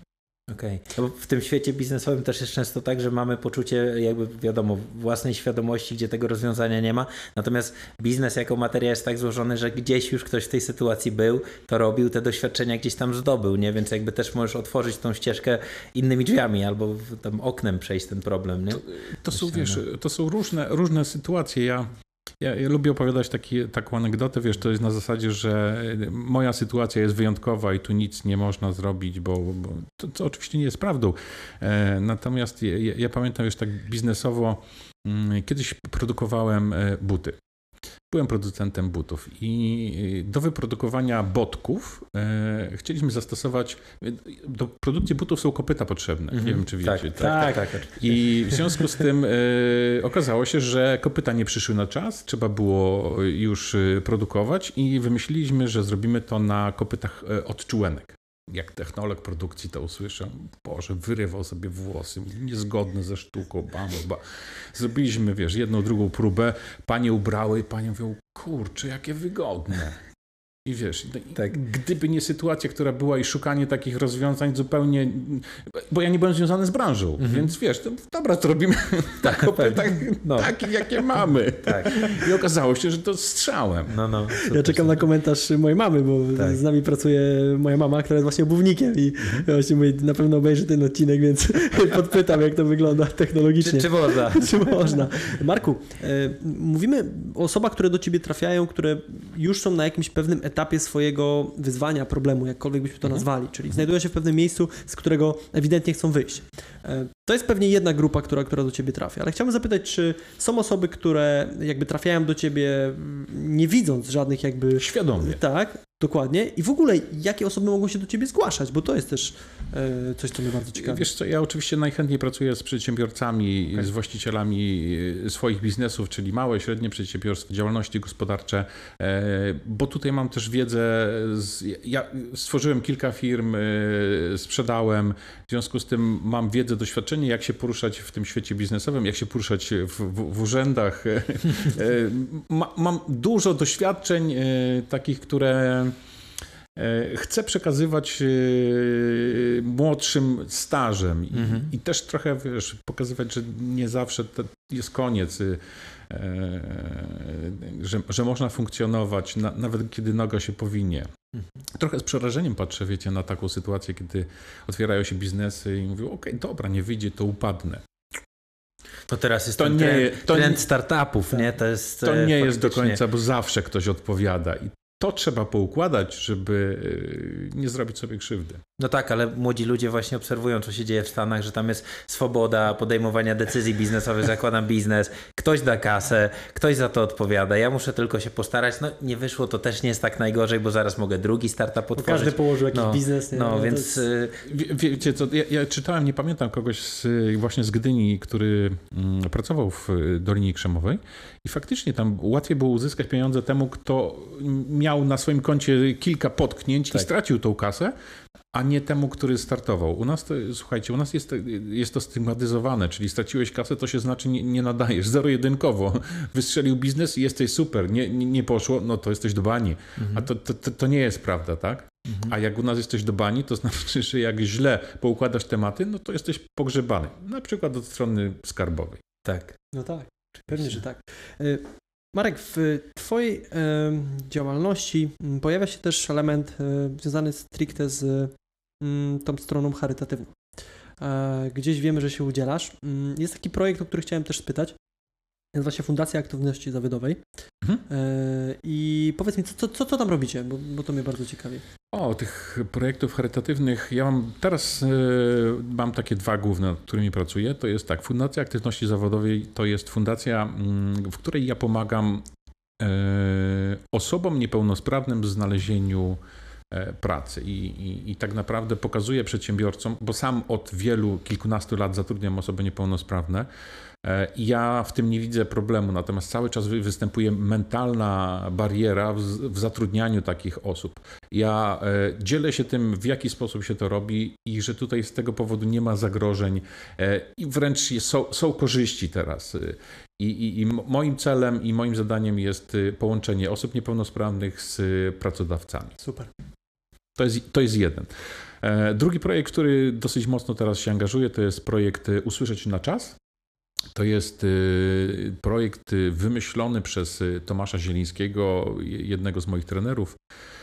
Okej. Okay. No w tym świecie biznesowym też jest często tak, że mamy poczucie jakby wiadomo własnej świadomości, gdzie tego rozwiązania nie ma. Natomiast biznes jako materia jest tak złożony, że gdzieś już ktoś w tej sytuacji był, to robił, te doświadczenia gdzieś tam zdobył, nie? Więc jakby też możesz otworzyć tą ścieżkę innymi drzwiami albo tam oknem przejść ten problem, nie? To, to są, wiesz, to są różne, różne sytuacje. Ja Ja, ja lubię opowiadać taki, taką anegdotę, wiesz, to jest na zasadzie, że moja sytuacja jest wyjątkowa i tu nic nie można zrobić, bo, bo to, to oczywiście nie jest prawdą. E, natomiast ja, ja pamiętam, wiesz, tak biznesowo, m, kiedyś produkowałem buty. Byłem producentem butów i do wyprodukowania botków e, chcieliśmy zastosować, do produkcji butów są kopyta potrzebne, mm-hmm. nie wiem czy wiecie. Tak, tak, tak, tak. I w związku z tym e, okazało się, że kopyta nie przyszły na czas, trzeba było już produkować i wymyśliliśmy, że zrobimy to na kopytach odczułenek. Jak technolog produkcji to usłyszał, Boże, wyrywał sobie włosy, niezgodne ze sztuką, bam, bam. Zrobiliśmy, wiesz, jedną, drugą próbę, panie ubrały i panie mówią, kurczę, jakie wygodne. I wiesz, tak. Gdyby nie sytuacja, która była i szukanie takich rozwiązań zupełnie, bo ja nie byłem związany z branżą, mhm. więc wiesz, to, dobra, to robimy tak, tak, no. takie, jakie mamy. Tak. I okazało się, że to strzałem. No, no, super, ja czekam super. na komentarz mojej mamy, bo tak. z nami pracuje moja mama, która jest właśnie obuwnikiem i mhm. właśnie mówi, na pewno obejrzy ten odcinek, więc podpytam, jak to wygląda technologicznie. Czy, czy można? czy można. Marku, e, mówimy o osobach, które do ciebie trafiają, które już są na jakimś pewnym etapie etapie swojego wyzwania, problemu, jakkolwiek byśmy to nazwali, czyli znajdują się w pewnym miejscu, z którego ewidentnie chcą wyjść. To jest pewnie jedna grupa, która, która do ciebie trafia, ale chciałbym zapytać, czy są osoby, które jakby trafiają do ciebie nie widząc żadnych jakby... Świadomie. Tak, dokładnie. I w ogóle jakie osoby mogą się do ciebie zgłaszać, bo to jest też e, coś, co mnie bardzo ciekawi. Wiesz co, ja oczywiście najchętniej pracuję z przedsiębiorcami, okay. z właścicielami swoich biznesów, czyli małe, średnie przedsiębiorstwa, działalności gospodarcze, e, bo tutaj mam też wiedzę, z, ja stworzyłem kilka firm, e, sprzedałem, w związku z tym mam wiedzę, doświadczenie, jak się poruszać w tym świecie biznesowym, jak się poruszać w, w, w urzędach. Ma, mam dużo doświadczeń e, takich, które chcę przekazywać młodszym stażem i, mhm. i też trochę, wiesz, pokazywać, że nie zawsze to jest koniec. że, że można funkcjonować na, nawet kiedy noga się powinie. Trochę z przerażeniem patrzę, wiecie, na taką sytuację, kiedy otwierają się biznesy i mówią, okej, dobra, nie wyjdzie, to upadnę. To teraz jest to ten nie, trend, to trend nie, startupów, nie? To, jest, to nie faktycznie... jest do końca, bo zawsze ktoś odpowiada i to trzeba poukładać, żeby nie zrobić sobie krzywdy. No tak, ale młodzi ludzie właśnie obserwują, co się dzieje w Stanach, że tam jest swoboda podejmowania decyzji biznesowych, zakładam biznes, ktoś da kasę, ktoś za to odpowiada, ja muszę tylko się postarać, no nie wyszło, to też nie jest tak najgorzej, bo zaraz mogę drugi startup otworzyć. Każdy położył jakiś no, biznes. Nie? No, no więc... jest... Wie, wiecie co, ja, ja czytałem, nie pamiętam kogoś z, właśnie z Gdyni, który mm, pracował w Dolinie Krzemowej i faktycznie tam łatwiej było uzyskać pieniądze temu, kto miał na swoim koncie kilka potknięć tak. i stracił tą kasę, a nie temu, który startował. U nas to, słuchajcie, u nas jest, jest to stygmatyzowane, czyli straciłeś kasę, to się znaczy nie, nie nadajesz, zero-jedynkowo. Wystrzelił biznes i jesteś super, nie, nie, nie poszło, no to jesteś do bani. Mhm. A to, to, to nie jest prawda, tak? Mhm. A jak u nas jesteś do bani, to znaczy, że jak źle poukładasz tematy, no to jesteś pogrzebany. Na przykład od strony skarbowej. Tak. No tak, pewnie, że tak. Marek, w Twojej y, działalności pojawia się też element y, związany stricte z y, tą stroną charytatywną. Y, gdzieś wiemy, że się udzielasz. Y, jest taki projekt, o który chciałem też spytać. Nazywa się Fundacja Aktywności Zawodowej. Mhm. Y, I powiedz mi, co, co, co tam robicie, bo, bo to mnie bardzo ciekawi. O, tych projektów charytatywnych, ja mam teraz y, mam takie dwa główne, nad którymi pracuję. To jest tak, Fundacja Aktywności Zawodowej to jest fundacja, y, w której ja pomagam y, osobom niepełnosprawnym w znalezieniu y, pracy I, i, i tak naprawdę pokazuję przedsiębiorcom, bo sam od wielu, kilkunastu lat zatrudniam osoby niepełnosprawne. Ja w tym nie widzę problemu, natomiast cały czas występuje mentalna bariera w, w zatrudnianiu takich osób. Ja e, dzielę się tym, w jaki sposób się to robi i że tutaj z tego powodu nie ma zagrożeń e, i wręcz jest, są, są korzyści teraz. I, i, I moim celem i moim zadaniem jest połączenie osób niepełnosprawnych z pracodawcami. Super. To jest, to jest jeden. E, drugi projekt, który dosyć mocno teraz się angażuje, to jest projekt Usłyszeć na czas. To jest projekt wymyślony przez Tomasza Zielińskiego, jednego z moich trenerów,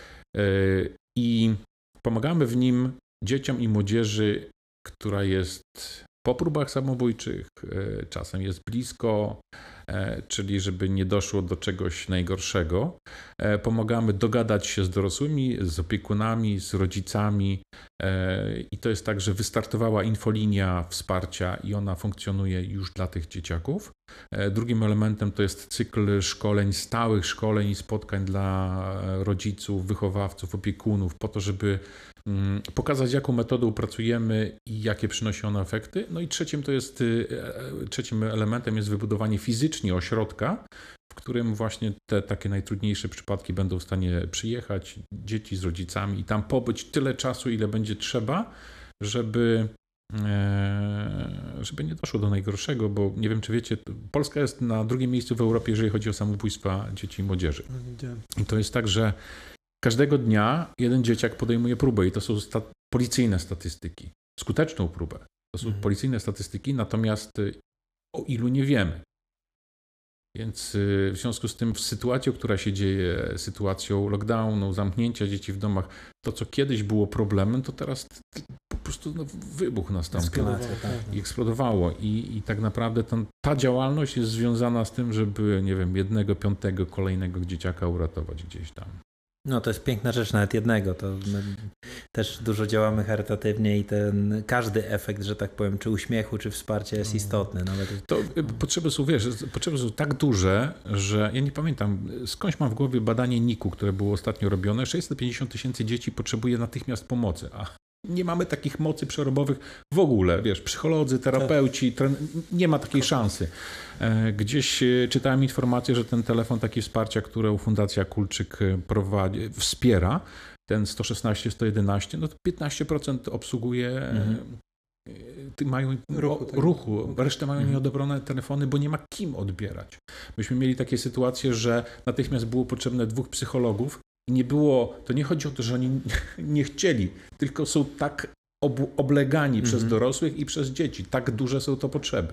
i pomagamy w nim dzieciom i młodzieży, która jest po próbach samobójczych, czasem jest blisko, czyli żeby nie doszło do czegoś najgorszego. Pomagamy dogadać się z dorosłymi, z opiekunami, z rodzicami i to jest tak, że wystartowała infolinia wsparcia i ona funkcjonuje już dla tych dzieciaków. Drugim elementem to jest cykl szkoleń, stałych szkoleń i spotkań dla rodziców, wychowawców, opiekunów, po to, żeby pokazać, jaką metodą pracujemy i jakie przynosi ona efekty. No i trzecim to jest, trzecim elementem jest wybudowanie fizycznie ośrodka, w którym właśnie te takie najtrudniejsze przypadki będą w stanie przyjechać, dzieci z rodzicami i tam pobyć tyle czasu, ile będzie trzeba, żeby, żeby nie doszło do najgorszego, bo nie wiem, czy wiecie, Polska jest na drugim miejscu w Europie, jeżeli chodzi o samobójstwa dzieci i młodzieży. I to jest tak, że każdego dnia jeden dzieciak podejmuje próbę i to są sta- policyjne statystyki, skuteczną próbę. To są mhm. policyjne statystyki, natomiast o ilu nie wiemy. Więc w związku z tym w sytuacją, która się dzieje, sytuacją lockdownu, zamknięcia dzieci w domach, to co kiedyś było problemem, to teraz po prostu no, wybuch nastąpił i eksplodowało. I, i tak naprawdę ten, ta działalność jest związana z tym, żeby, nie wiem, jednego, piątego, kolejnego dzieciaka uratować gdzieś tam. No to jest piękna rzecz, nawet jednego. To my też dużo działamy charytatywnie i ten każdy efekt, że tak powiem, czy uśmiechu, czy wsparcia jest istotny. Nawet... To potrzeby są, wiesz, potrzeby są tak duże, że ja nie pamiętam, skądś mam w głowie badanie N I K U, które było ostatnio robione. sześćset pięćdziesiąt tysięcy dzieci potrzebuje natychmiast pomocy, a nie mamy takich mocy przerobowych w ogóle, wiesz, psycholodzy, terapeuci, tren... nie ma takiej szansy. Gdzieś czytałem informację, że ten telefon taki wsparcia, którą Fundacja Kulczyk prowadzi, wspiera, ten sto szesnaście, sto jedenaście, no to piętnaście procent obsługuje, mhm. mają ruchu, o, ruchu, resztę mają mhm. nieodebrane telefony, bo nie ma kim odbierać. Myśmy mieli takie sytuacje, że natychmiast było potrzebne dwóch psychologów i nie było, to nie chodzi o to, że oni nie chcieli, tylko są tak ob, oblegani mhm. przez dorosłych i przez dzieci. Tak duże są to potrzeby.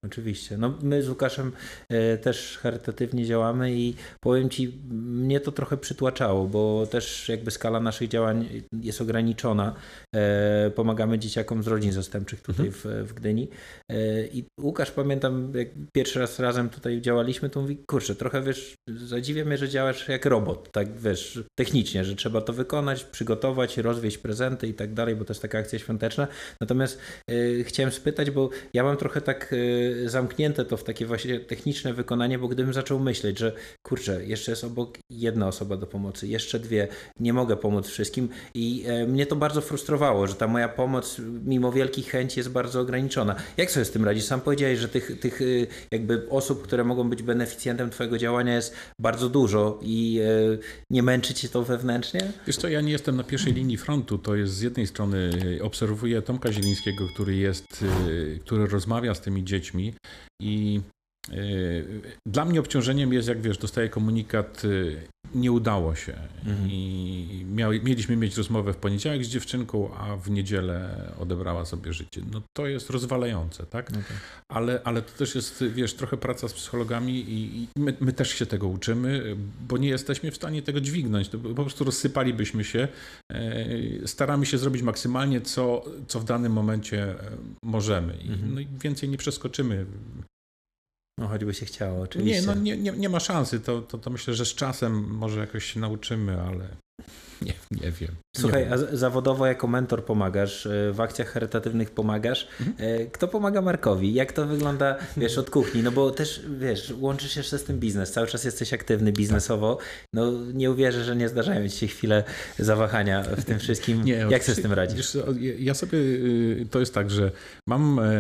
Oczywiście. No my z Łukaszem e, też charytatywnie działamy i powiem Ci, mnie to trochę przytłaczało, bo też jakby skala naszych działań jest ograniczona. E, pomagamy dzieciakom z rodzin zastępczych tutaj mhm. w, w Gdyni. E, I Łukasz, pamiętam, jak pierwszy raz razem tutaj działaliśmy, to mówi, kurczę, trochę wiesz, zadziwia mnie, że działasz jak robot, tak wiesz, technicznie, że trzeba to wykonać, przygotować, rozwieźć prezenty i tak dalej, bo to jest taka akcja świąteczna. Natomiast e, chciałem spytać, bo ja mam trochę tak e, zamknięte to w takie właśnie techniczne wykonanie, bo gdybym zaczął myśleć, że kurczę, jeszcze jest obok jedna osoba do pomocy, jeszcze dwie, nie mogę pomóc wszystkim i e, mnie to bardzo frustrowało, że ta moja pomoc mimo wielkich chęci jest bardzo ograniczona. Jak sobie z tym radzisz? Sam powiedziałeś, że tych, tych jakby osób, które mogą być beneficjentem twojego działania jest bardzo dużo i e, nie męczy cię to wewnętrznie? Wiesz co, ja nie jestem na pierwszej linii frontu, to jest z jednej strony obserwuję Tomka Zielińskiego, który jest, który rozmawia z tymi dziećmi i y, dla mnie obciążeniem jest, jak wiesz, dostaję komunikat, y, nie udało się mhm. i miał, mieliśmy mieć rozmowę w poniedziałek z dziewczynką, a w niedzielę odebrała sobie życie. No to jest rozwalające, tak? Okay. Ale, ale to też jest, wiesz, trochę praca z psychologami i, i my, my też się tego uczymy, bo nie jesteśmy w stanie tego dźwignąć. To po prostu rozsypalibyśmy się. Staramy się zrobić maksymalnie, co, co w danym momencie możemy. I, mhm. no i więcej nie przeskoczymy. No choćby się chciało, oczywiście. Nie, no nie, nie, nie ma szansy. To, to, to myślę, że z czasem może jakoś się nauczymy, ale nie, nie wiem. Słuchaj, nie a zawodowo jako mentor pomagasz, w akcjach charytatywnych pomagasz. Mhm. Kto pomaga Markowi? Jak to wygląda, wiesz, od kuchni? No bo też, wiesz, łączysz się jeszcze z tym biznes. Cały czas jesteś aktywny biznesowo. No nie uwierzę, że nie zdarzają ci się chwile zawahania w tym wszystkim. Nie, jak sobie z tym radzisz? Ja sobie, to jest tak, że mam e,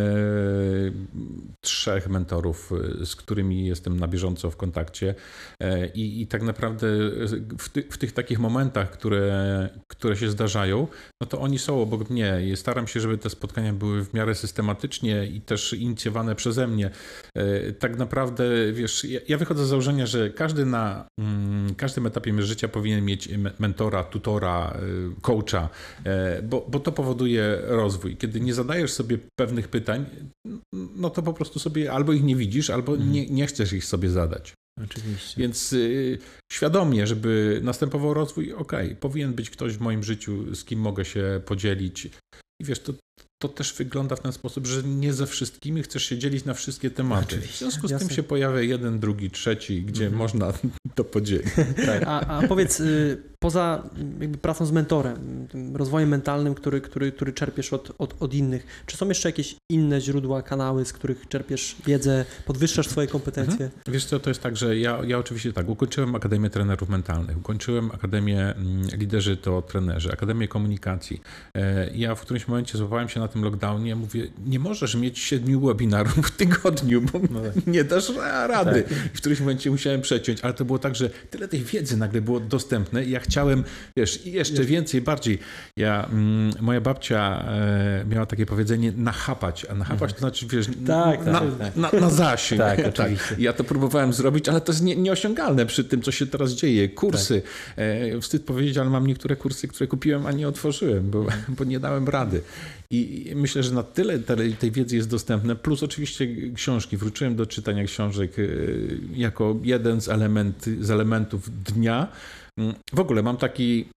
trzech mentorów, z którymi jestem na bieżąco w kontakcie e, i, i tak naprawdę w, ty, w tych takich momentach, które, które się zdarzają, no to oni są obok mnie i staram się, żeby te spotkania były w miarę systematycznie i też inicjowane przeze mnie. Tak naprawdę, wiesz, ja, ja wychodzę z założenia, że każdy na mm, każdym etapie życia powinien mieć mentora, tutora, coacha, bo, bo to powoduje rozwój. Kiedy nie zadajesz sobie pewnych pytań, no to po prostu sobie albo ich nie widzisz, albo mhm. nie, nie chcesz ich sobie zadać. Oczywiście. Więc y, świadomie, żeby następował rozwój, okej, okay, powinien być ktoś w moim życiu, z kim mogę się podzielić. I wiesz, to, to też wygląda w ten sposób, że nie ze wszystkimi chcesz się dzielić na wszystkie tematy. Oczywiście. W związku z Jasne. tym się pojawia jeden, drugi, trzeci, gdzie mm-hmm. można to podzielić. Tak. A, a powiedz, y, poza jakby pracą z mentorem, tym rozwojem mentalnym, który, który, który czerpiesz od, od, od innych, czy są jeszcze jakieś inne źródła, kanały, z których czerpiesz wiedzę, podwyższasz swoje kompetencje? Mhm. Wiesz co, to jest tak, że ja, ja oczywiście tak, ukończyłem Akademię Trenerów Mentalnych, ukończyłem Akademię Liderzy to Trenerzy, Akademię Komunikacji. Ja w którymś momencie złapałem się na tym lockdownie, mówię, nie możesz mieć siedmiu webinarów w tygodniu, bo no tak. nie dasz rady. Tak. I w którymś momencie musiałem przeciąć, ale to było tak, że tyle tej wiedzy nagle było dostępne i ja chciałem, wiesz, jeszcze więcej, bardziej. Ja, mm, moja babcia e, miała takie powiedzenie nachapać, a nachapać to znaczy, wiesz, tak, na, tak, na, na zasięg. Tak, oczywiście. Ja to próbowałem zrobić, ale to jest nie, nieosiągalne przy tym, co się teraz dzieje. Kursy. Tak. E, wstyd powiedzieć, ale mam niektóre kursy, które kupiłem, a nie otworzyłem, bo, bo nie dałem rady. I myślę, że na tyle tej wiedzy jest dostępne, plus oczywiście książki. Wróciłem do czytania książek jako jeden z, element, z elementów dnia. W ogóle mam taki,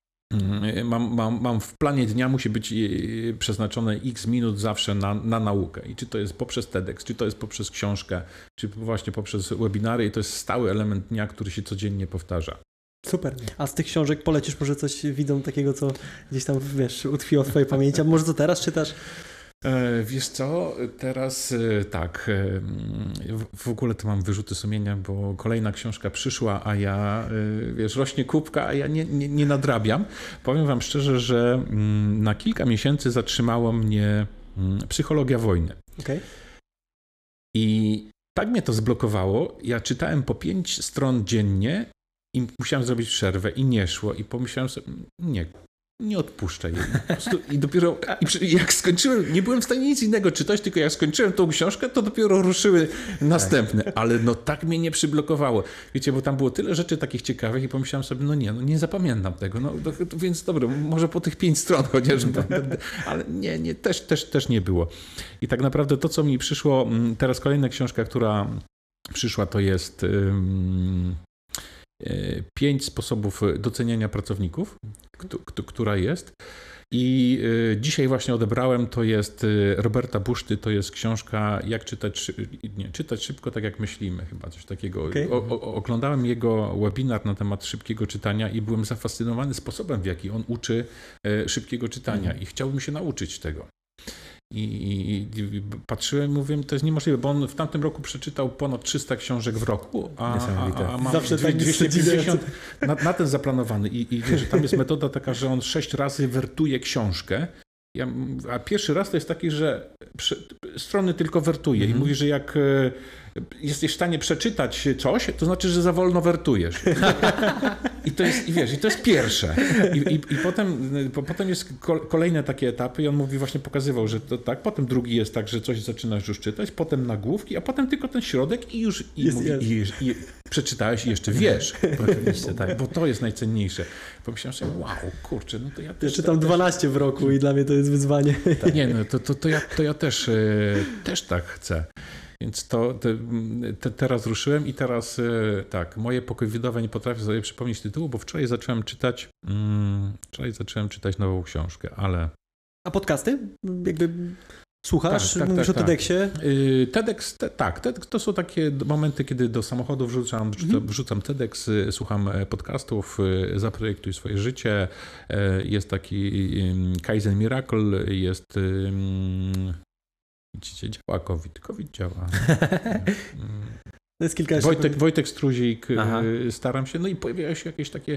mam, mam, mam w planie dnia musi być przeznaczone x minut zawsze na, na naukę. I czy to jest poprzez TEDx, czy to jest poprzez książkę, czy właśnie poprzez webinary. I to jest stały element dnia, który się codziennie powtarza. Super. A z tych książek polecisz może coś widzom takiego, co gdzieś tam, wiesz, utkwiło w twojej pamięci? A może co teraz czytasz? E, wiesz co, teraz e, tak, e, w ogóle to mam wyrzuty sumienia, bo kolejna książka przyszła, a ja, e, wiesz, rośnie kubka, a ja nie, nie, nie nadrabiam. Powiem wam szczerze, że mm, na kilka miesięcy zatrzymało mnie mm, psychologia wojny. Okay. I tak mnie to zblokowało. Ja czytałem po pięć stron dziennie i musiałem zrobić przerwę i nie szło. I pomyślałem sobie, nie, nie odpuszczę jej. Po prostu, I dopiero i jak skończyłem, nie byłem w stanie nic innego czytać, tylko jak skończyłem tą książkę, to dopiero ruszyły następne. Tak. Ale no tak mnie nie przyblokowało. Wiecie, bo tam było tyle rzeczy takich ciekawych i pomyślałem sobie, no nie, no nie zapamiętam tego. No, to, to, więc dobra, może po tych pięć stron chociaż. Ale nie, nie też, też, też nie było. I tak naprawdę to, co mi przyszło, teraz kolejna książka, która przyszła, to jest um, pięć sposobów doceniania pracowników, która jest. I dzisiaj właśnie odebrałem, to jest Roberta Buszty, to jest książka Jak czytać, nie, czytać szybko, tak jak myślimy, chyba coś takiego. Okay. O, o, oglądałem jego webinar na temat szybkiego czytania i byłem zafascynowany sposobem, w jaki on uczy szybkiego czytania i chciałbym się nauczyć tego. I, i, i patrzyłem i mówiłem, to jest niemożliwe, bo on w tamtym roku przeczytał ponad trzysta książek w roku, a, a, a mam Zawsze dwieście pięćdziesiąt na, na ten zaplanowany. I, i wiesz, tam jest metoda taka, że on sześć razy wertuje książkę, ja, a pierwszy raz to jest taki, że prze, strony tylko wertuje mm-hmm. i mówi, że jak jesteś w stanie przeczytać coś, to znaczy, że za wolno wertujesz. I to jest, i wiesz, i to jest pierwsze. I, i, i potem, po, potem jest kolejne takie etapy i on mówi, właśnie pokazywał, że to tak, potem drugi jest tak, że coś zaczynasz już czytać, potem nagłówki, a potem tylko ten środek i już i, jest, mówi, jest. I, i przeczytałeś i jeszcze wiesz. Bo, tak, bo to jest najcenniejsze. Pomyślałem sobie, wow, kurczę, no to ja też... Ja czytam też, dwanaście w roku i dla mnie to jest wyzwanie. Tak, nie, no to, to, to, ja, to ja też, też tak chcę. Więc to te, te, teraz ruszyłem i teraz tak, moje pokojowe, nie potrafię sobie przypomnieć tytułu, bo wczoraj zacząłem czytać, mm, wczoraj zacząłem czytać nową książkę, ale... A podcasty? Jakby słuchasz? Tak, tak, mówisz tak, o TEDxie? Tak. TEDx, te, tak, TEDx to są takie momenty, kiedy do samochodu wrzucam, mhm. wrzucam TEDx, słucham podcastów, Zaprojektuj swoje życie, jest taki Kaizen Miracle, jest... Widzicie, działa COVID. COVID działa. To jest kilka Wojtek, Wojtek Struzik, Aha. staram się. No i pojawiają się jakieś takie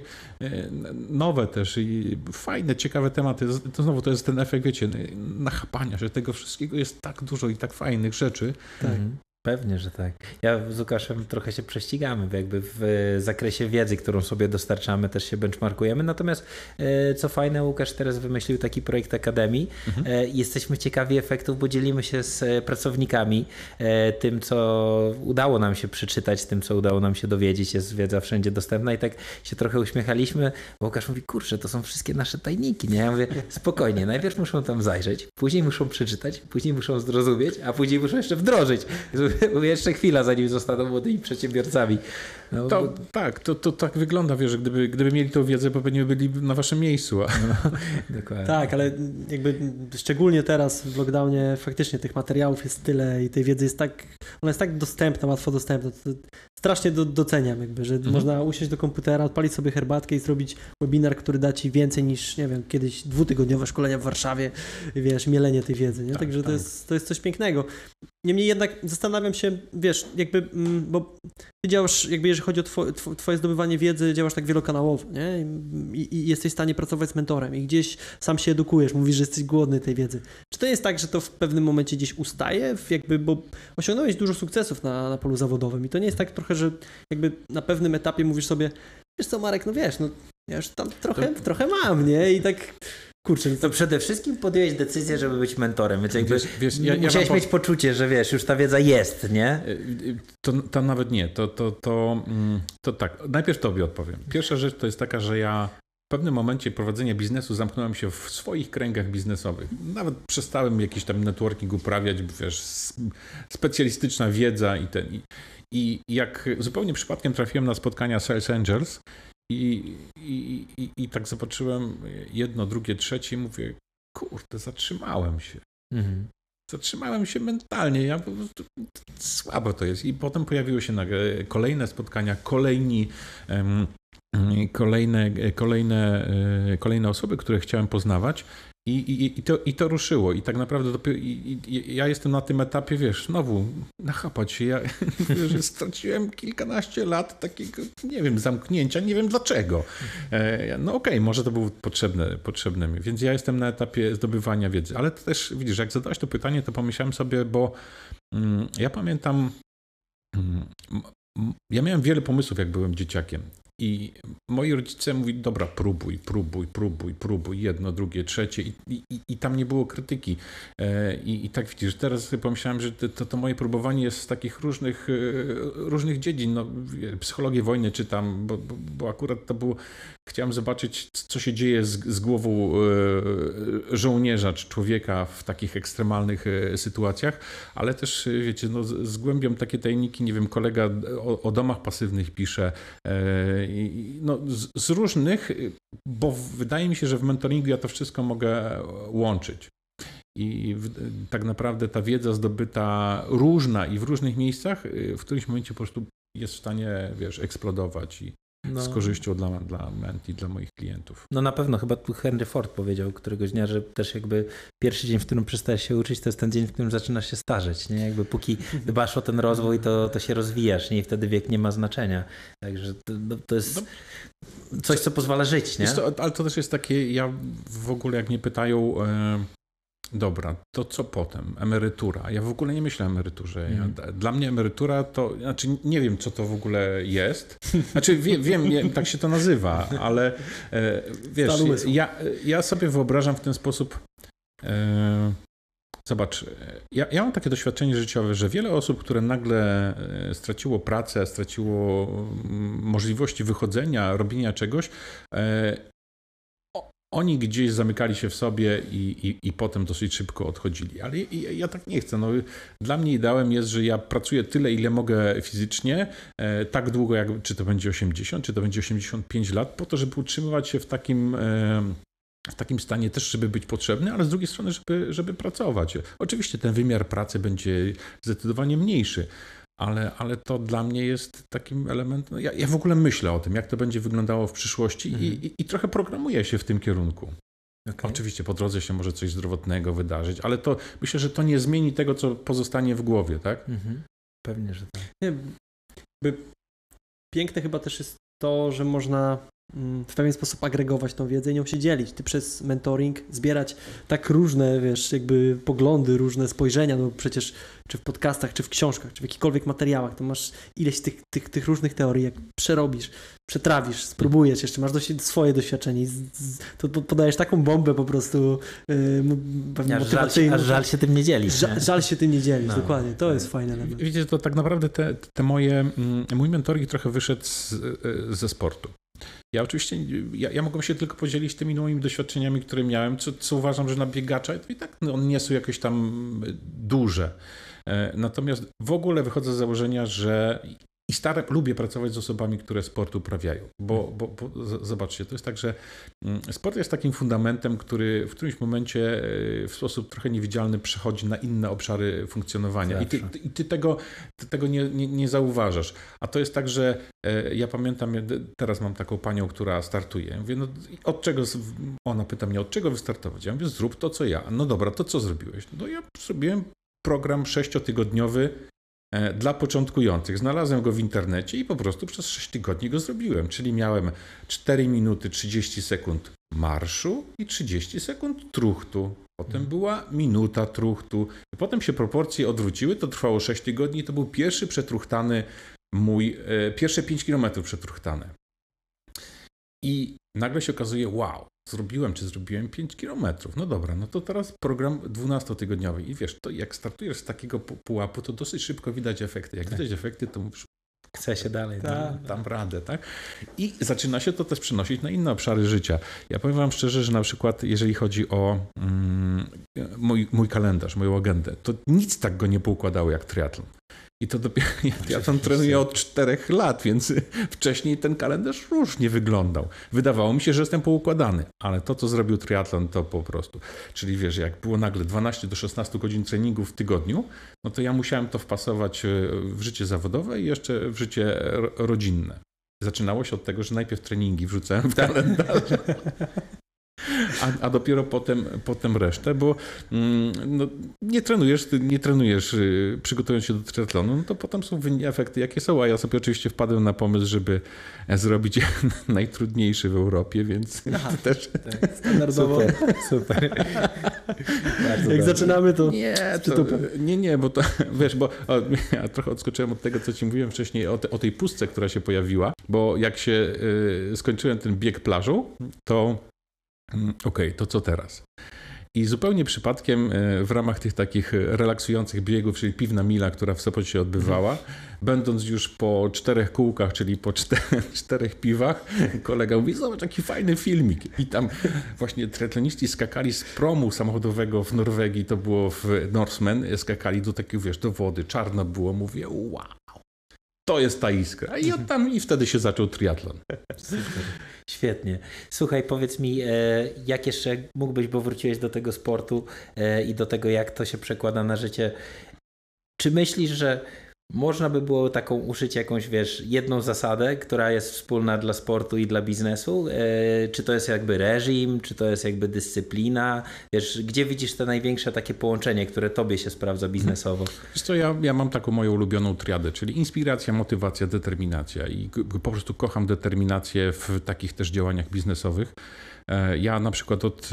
nowe też i fajne, ciekawe tematy. To znowu to jest ten efekt, wiecie, nachapania, że tego wszystkiego jest tak dużo i tak fajnych rzeczy. Tak. Mhm. Pewnie, że tak. Ja z Łukaszem trochę się prześcigamy, bo jakby w zakresie wiedzy, którą sobie dostarczamy, też się benchmarkujemy. Natomiast co fajne, Łukasz teraz wymyślił taki projekt Akademii. Mhm. Jesteśmy ciekawi efektów, bo dzielimy się z pracownikami tym, co udało nam się przeczytać, tym, co udało nam się dowiedzieć. Jest wiedza wszędzie dostępna i tak się trochę uśmiechaliśmy, bo Łukasz mówi, kurczę, to są wszystkie nasze tajniki, nie? Ja mówię, spokojnie, najpierw muszą tam zajrzeć, później muszą przeczytać, później muszą zrozumieć, a później muszą jeszcze wdrożyć. Jeszcze chwila, zanim zostaną młodymi przedsiębiorcami. No, to, bo... Tak, to, to tak wygląda, wiesz, gdyby, gdyby mieli tą wiedzę, to pewnie byli na waszym miejscu. No, dokładnie. Tak, ale jakby szczególnie teraz w lockdownie faktycznie tych materiałów jest tyle i tej wiedzy jest tak, ona jest tak dostępna, łatwo dostępna. To strasznie do, doceniam jakby, że mhm. można usiąść do komputera, odpalić sobie herbatkę i zrobić webinar, który da ci więcej niż, nie wiem, kiedyś dwutygodniowe szkolenia w Warszawie, wiesz, mielenie tej wiedzy, nie? Tak, Także tak. To, jest, to jest coś pięknego. Niemniej jednak zastanawiam się, wiesz, jakby, bo ty działasz, jakby jeżeli chodzi o twoje, twoje zdobywanie wiedzy, działasz tak wielokanałowo, nie? I, I jesteś w stanie pracować z mentorem i gdzieś sam się edukujesz, mówisz, że jesteś głodny tej wiedzy. Czy to jest tak, że to w pewnym momencie gdzieś ustaje, jakby, bo osiągnąłeś dużo sukcesów na, na polu zawodowym i to nie jest tak trochę, że jakby na pewnym etapie mówisz sobie, wiesz co, Marek, no wiesz, no ja już tam trochę, to... trochę mam, nie? I tak... Kurczę, to przede wszystkim podjąłeś decyzję, żeby być mentorem, więc jakby wiesz, wiesz, ja, musiałeś ja mieć po... poczucie, że wiesz, już ta wiedza jest, nie? To, to nawet nie, to, to, to, to tak, najpierw tobie odpowiem. Pierwsza rzecz to jest taka, że ja w pewnym momencie prowadzenia biznesu zamknąłem się w swoich kręgach biznesowych. Nawet przestałem jakiś tam networking uprawiać, wiesz, specjalistyczna wiedza i ten. I, i jak zupełnie przypadkiem trafiłem na spotkania Sales Angels, I, i, i, I tak zobaczyłem jedno, drugie, trzecie i mówię, kurde, zatrzymałem się. Mhm. Zatrzymałem się mentalnie. Ja po prostu, słabo to jest. I potem pojawiły się nagle kolejne spotkania, kolejni, um, kolejne, kolejne, kolejne osoby, które chciałem poznawać. I, i, i, to, I to ruszyło. I tak naprawdę dopiero, i, i, ja jestem na tym etapie, wiesz, znowu nachapać się. Ja wiesz, straciłem kilkanaście lat takiego, nie wiem, zamknięcia, nie wiem dlaczego. E, no okej, okay, może to było potrzebne, potrzebne mi. Więc ja jestem na etapie zdobywania wiedzy. Ale też, widzisz, jak zadałeś to pytanie, to pomyślałem sobie, bo mm, ja pamiętam, mm, ja miałem wiele pomysłów, jak byłem dzieciakiem. I moi rodzice mówili, dobra, próbuj, próbuj, próbuj, próbuj, jedno, drugie, trzecie i, i, i tam nie było krytyki. I, i tak widzisz, teraz pomyślałem, że to, to moje próbowanie jest z takich różnych, różnych dziedzin. No, psychologię wojny czytam, bo, bo, bo akurat to było, chciałem zobaczyć, co się dzieje z, z głową żołnierza czy człowieka w takich ekstremalnych sytuacjach, ale też, wiecie, no, zgłębiam takie tajniki, nie wiem, kolega o, o domach pasywnych pisze, no, z, z różnych, bo wydaje mi się, że w mentoringu ja to wszystko mogę łączyć. I w, tak naprawdę ta wiedza zdobyta różna i w różnych miejscach w którymś momencie po prostu jest w stanie, wiesz, eksplodować i no. z korzyścią dla, dla menti, dla moich klientów. No na pewno, chyba tu Henry Ford powiedział któregoś dnia, że też jakby pierwszy dzień, w którym przestajesz się uczyć, to jest ten dzień, w którym zaczynasz się starzeć, nie? Jakby póki dbasz o ten rozwój, to, to się rozwijasz, nie? I wtedy wiek nie ma znaczenia. Także to, to jest no, coś, co pozwala żyć, nie? To, ale to też jest takie, ja w ogóle jak mnie pytają, e, dobra, to co potem? Emerytura. Ja w ogóle nie myślę o emeryturze. Mm. Ja, dla mnie emerytura to, znaczy nie wiem, co to w ogóle jest. Znaczy wie, wiem, nie, tak się to nazywa, ale e, wiesz, ja, ja sobie wyobrażam w ten sposób, e, zobacz, ja, ja mam takie doświadczenie życiowe, że wiele osób, które nagle straciło pracę, straciło możliwości wychodzenia, robienia czegoś, e, oni gdzieś zamykali się w sobie i, i, i potem dosyć szybko odchodzili. Ale ja, ja tak nie chcę. No, dla mnie ideałem jest, że ja pracuję tyle, ile mogę fizycznie, e, tak długo, jak czy to będzie osiemdziesiąt, czy to będzie osiemdziesiąt pięć lat, po to, żeby utrzymywać się w takim, e, w takim stanie też, żeby być potrzebny, ale z drugiej strony, żeby, żeby pracować. Oczywiście ten wymiar pracy będzie zdecydowanie mniejszy. Ale, ale to dla mnie jest takim elementem, ja, ja w ogóle myślę o tym, jak to będzie wyglądało w przyszłości mhm. i, i, i trochę programuję się w tym kierunku. Okay. Oczywiście po drodze się może coś zdrowotnego wydarzyć, ale to myślę, że to nie zmieni tego, co pozostanie w głowie, tak? Mhm. Pewnie, że tak. Nie, by, piękne chyba też jest to, że można w pewien sposób agregować tą wiedzę i nią się dzielić. Ty przez mentoring zbierać tak różne, wiesz, jakby poglądy, różne spojrzenia, no przecież czy w podcastach, czy w książkach, czy w jakichkolwiek materiałach, to masz ileś tych, tych, tych różnych teorii, jak przerobisz, przetrawisz, spróbujesz, jeszcze masz dość, swoje doświadczenie i z, z, to podajesz taką bombę po prostu yy, motywacyjną. Aż żal, żal się tym nie dzielić. Żal, żal się tym nie dzielić, no, dokładnie. To jest fajne element. Widzicie, to tak naprawdę te, te moje, mój mentoring trochę wyszedł z, ze sportu. Ja oczywiście, ja, ja mogłem się tylko podzielić tymi moimi doświadczeniami, które miałem, co, co uważam, że na biegacza i tak no, one nie są jakieś tam duże. Natomiast w ogóle wychodzę z założenia, że i staram, lubię pracować z osobami, które sport uprawiają, bo, bo, bo zobaczcie, to jest tak, że sport jest takim fundamentem, który w którymś momencie w sposób trochę niewidzialny przechodzi na inne obszary funkcjonowania i ty, i ty tego, ty tego nie, nie, nie zauważasz. A to jest tak, że ja pamiętam, teraz mam taką panią, która startuje. Ja mówię, no od czego, ona pyta mnie, od czego wystartować? Ja mówię, zrób to, co ja. No dobra, to co zrobiłeś? No ja zrobiłem program sześciotygodniowy dla początkujących. Znalazłem go w internecie i po prostu przez sześć tygodni go zrobiłem. Czyli miałem cztery minuty trzydzieści sekund marszu i trzydzieści sekund truchtu. Potem była minuta truchtu. Potem się proporcje odwróciły, to trwało sześć tygodni i to był pierwszy przetruchtany mój, e, pierwsze pięć kilometrów przetruchtane. I nagle się okazuje, wow, zrobiłem, czy zrobiłem pięć kilometrów. No dobra, no to teraz program dwunastotygodniowy. I wiesz, to jak startujesz z takiego pułapu, to dosyć szybko widać efekty. Jak tak. widać efekty, to mówisz, chce się dalej. Dam, dam radę, tak? I zaczyna się to też przenosić na inne obszary życia. Ja powiem wam szczerze, że na przykład jeżeli chodzi o mm, mój, mój kalendarz, moją agendę, to nic tak go nie poukładało jak triatlon. I to dopiero, ja, ja tam trenuję od czterech lat, więc wcześniej ten kalendarz różnie wyglądał. Wydawało mi się, że jestem poukładany, ale to, co zrobił triatlon, to po prostu. Czyli wiesz, jak było nagle dwanaście do szesnastu godzin treningu w tygodniu, no to ja musiałem to wpasować w życie zawodowe i jeszcze w życie rodzinne. Zaczynało się od tego, że najpierw treningi wrzucałem w kalendarz. a, a dopiero potem, potem resztę, bo mm, no, nie trenujesz, nie trenujesz przygotowując się do triatlonu, no to potem są efekty jakie są, a ja sobie oczywiście wpadłem na pomysł, żeby zrobić najtrudniejszy w Europie, więc Aha, też tak, standardowo. Super, super. Jak dobrze. Zaczynamy to nie, to nie, nie, bo to wiesz, bo o, ja trochę odskoczyłem od tego, co ci mówiłem wcześniej o, te, o tej pustce, która się pojawiła, bo jak się y, skończyłem ten bieg plażą, to y, okej, okay, to co teraz? I zupełnie przypadkiem w ramach tych takich relaksujących biegów, czyli piwna mila, która w Sopocie się odbywała, mm. będąc już po czterech kółkach, czyli po czterech, czterech piwach, kolega mówi, zobacz, taki fajny filmik. I tam właśnie triatloniści skakali z promu samochodowego w Norwegii, to było w Norseman, skakali do takiego, wiesz, do wody, czarno było, mówię, wow. To jest ta iskra. I od tam i wtedy się zaczął triatlon. Super. Świetnie. Słuchaj, powiedz mi, jak jeszcze mógłbyś, bo wróciłeś do tego sportu i do tego, jak to się przekłada na życie. Czy myślisz, że można by było taką uszyć jakąś, wiesz, jedną zasadę, która jest wspólna dla sportu i dla biznesu? Czy to jest jakby reżim, czy to jest jakby dyscyplina? Wiesz, gdzie widzisz te największe takie połączenie, które tobie się sprawdza biznesowo? Wiesz co, ja, ja mam taką moją ulubioną triadę, czyli inspiracja, motywacja, determinacja i po prostu kocham determinację w takich też działaniach biznesowych. Ja na przykład od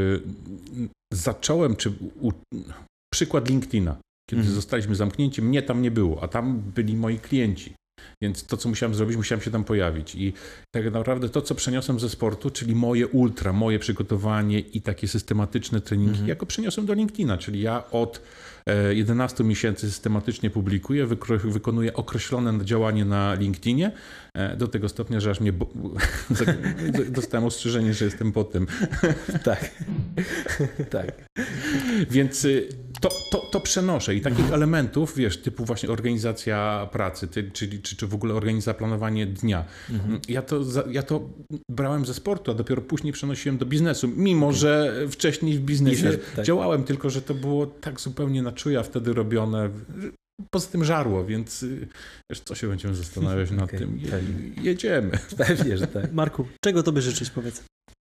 zacząłem, czy u, przykład LinkedIna. Kiedy mhm. zostaliśmy zamknięci, mnie tam nie było, a tam byli moi klienci. Więc to, co musiałem zrobić, musiałem się tam pojawić. I tak naprawdę to, co przeniosłem ze sportu, czyli moje ultra, moje przygotowanie i takie systematyczne treningi, mhm. jako przeniosłem do LinkedIna. Czyli ja od jedenastu miesięcy systematycznie publikuję, wykro- wykonuję określone działanie na LinkedInie do tego stopnia, że aż mnie bo- dostałem ostrzeżenie, że jestem botem. Tak. tak. Więc to, to, to przenoszę i takich elementów, wiesz, typu właśnie organizacja pracy, ty, czyli czy, czy w ogóle organizacja, planowanie dnia. Mhm. Ja, to, ja to brałem ze sportu, a dopiero później przenosiłem do biznesu, mimo okay. że wcześniej w biznesie tak. działałem, tylko że to było tak zupełnie na czuja wtedy robione. Poza tym żarło, więc wiesz, co się będziemy zastanawiać nad okay. tym? Je, jedziemy. Pewnie, że tak. Marku, czego tobie życzyć, powiedz?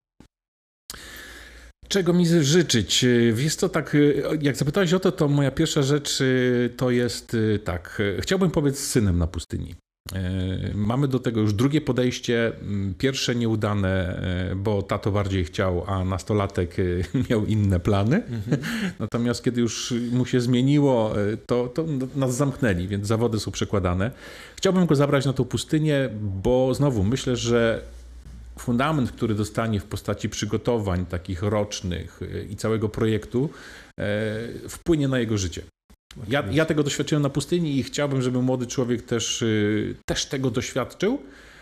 Czego mi życzyć? Wiesz co, tak, jak zapytałeś o to, to moja pierwsza rzecz to jest tak, chciałbym pobyć z synem na pustyni. Mamy do tego już drugie podejście, pierwsze nieudane, bo tato bardziej chciał, a nastolatek miał inne plany. Mhm. Natomiast kiedy już mu się zmieniło, to, to nas zamknęli, więc zawody są przekładane. Chciałbym go zabrać na tą pustynię, bo znowu myślę, że fundament, który dostanie w postaci przygotowań takich rocznych i całego projektu, wpłynie na jego życie. Ja, ja tego doświadczyłem na pustyni i chciałbym, żeby młody człowiek też, też tego doświadczył,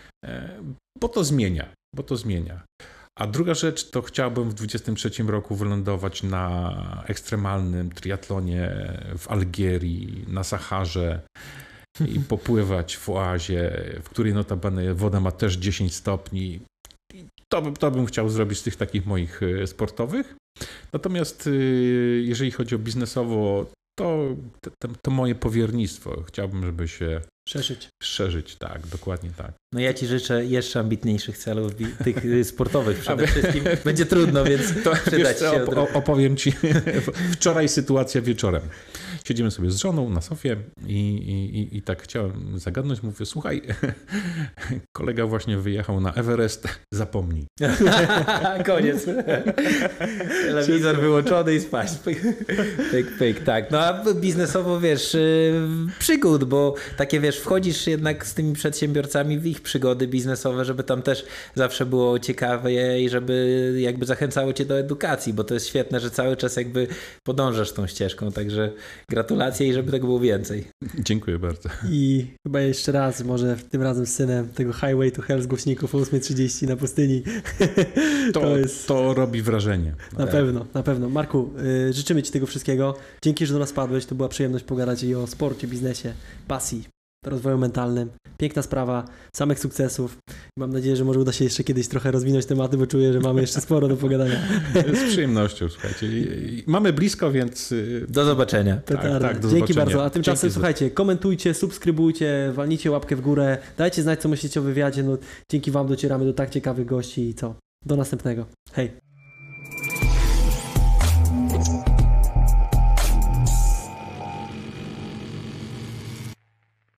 bo to zmienia, bo to zmienia. A druga rzecz, to chciałbym w dwudziestym trzecim roku wylądować na ekstremalnym triatlonie w Algierii, na Saharze i popływać w oazie, w której notabene woda ma też dziesięć stopni. To, to bym chciał zrobić z tych takich moich sportowych. Natomiast jeżeli chodzi o biznesowo, to, to, to moje powiernictwo. Chciałbym, żeby się szerzyć. Szerzyć, tak, dokładnie tak. No ja ci życzę jeszcze ambitniejszych celów, tych sportowych przede wszystkim. Będzie trudno, więc to przydać się. Op- opowiem ci. Wczoraj sytuacja wieczorem. Siedzimy sobie z żoną na sofie i, i, i tak chciałem zagadnąć. Mówię, słuchaj, kolega właśnie wyjechał na Everest, zapomnij. Koniec. Telewizor wyłączony i spać. Pyk, pyk, tak. No a biznesowo, wiesz, przygód, bo takie, wiesz, wchodzisz jednak z tymi przedsiębiorcami w ich przygody biznesowe, żeby tam też zawsze było ciekawe i żeby jakby zachęcało cię do edukacji, bo to jest świetne, że cały czas jakby podążasz tą ścieżką, także gratulacje i żeby tego było więcej. Dziękuję bardzo. I chyba jeszcze raz, może tym razem z synem tego Highway to Hell z głośników o ósma trzydzieści na pustyni. To, to, jest... to robi wrażenie. Na tak. pewno, na pewno. Marku, yy, życzymy ci tego wszystkiego. Dzięki, że do nas padłeś. To była przyjemność pogadać i o sporcie, biznesie, pasji, rozwoju mentalnym. Piękna sprawa, samych sukcesów. Mam nadzieję, że może uda się jeszcze kiedyś trochę rozwinąć tematy, bo czuję, że mamy jeszcze sporo do pogadania. Z przyjemnością, słuchajcie. Mamy blisko, więc... Do zobaczenia. Tak, tak, do Dzięki zobaczenia. bardzo. A tymczasem, Dzięki słuchajcie, komentujcie, subskrybujcie, walnijcie łapkę w górę, dajcie znać, co myślicie o wywiadzie. No, dzięki wam docieramy do tak ciekawych gości i co? Do następnego. Hej.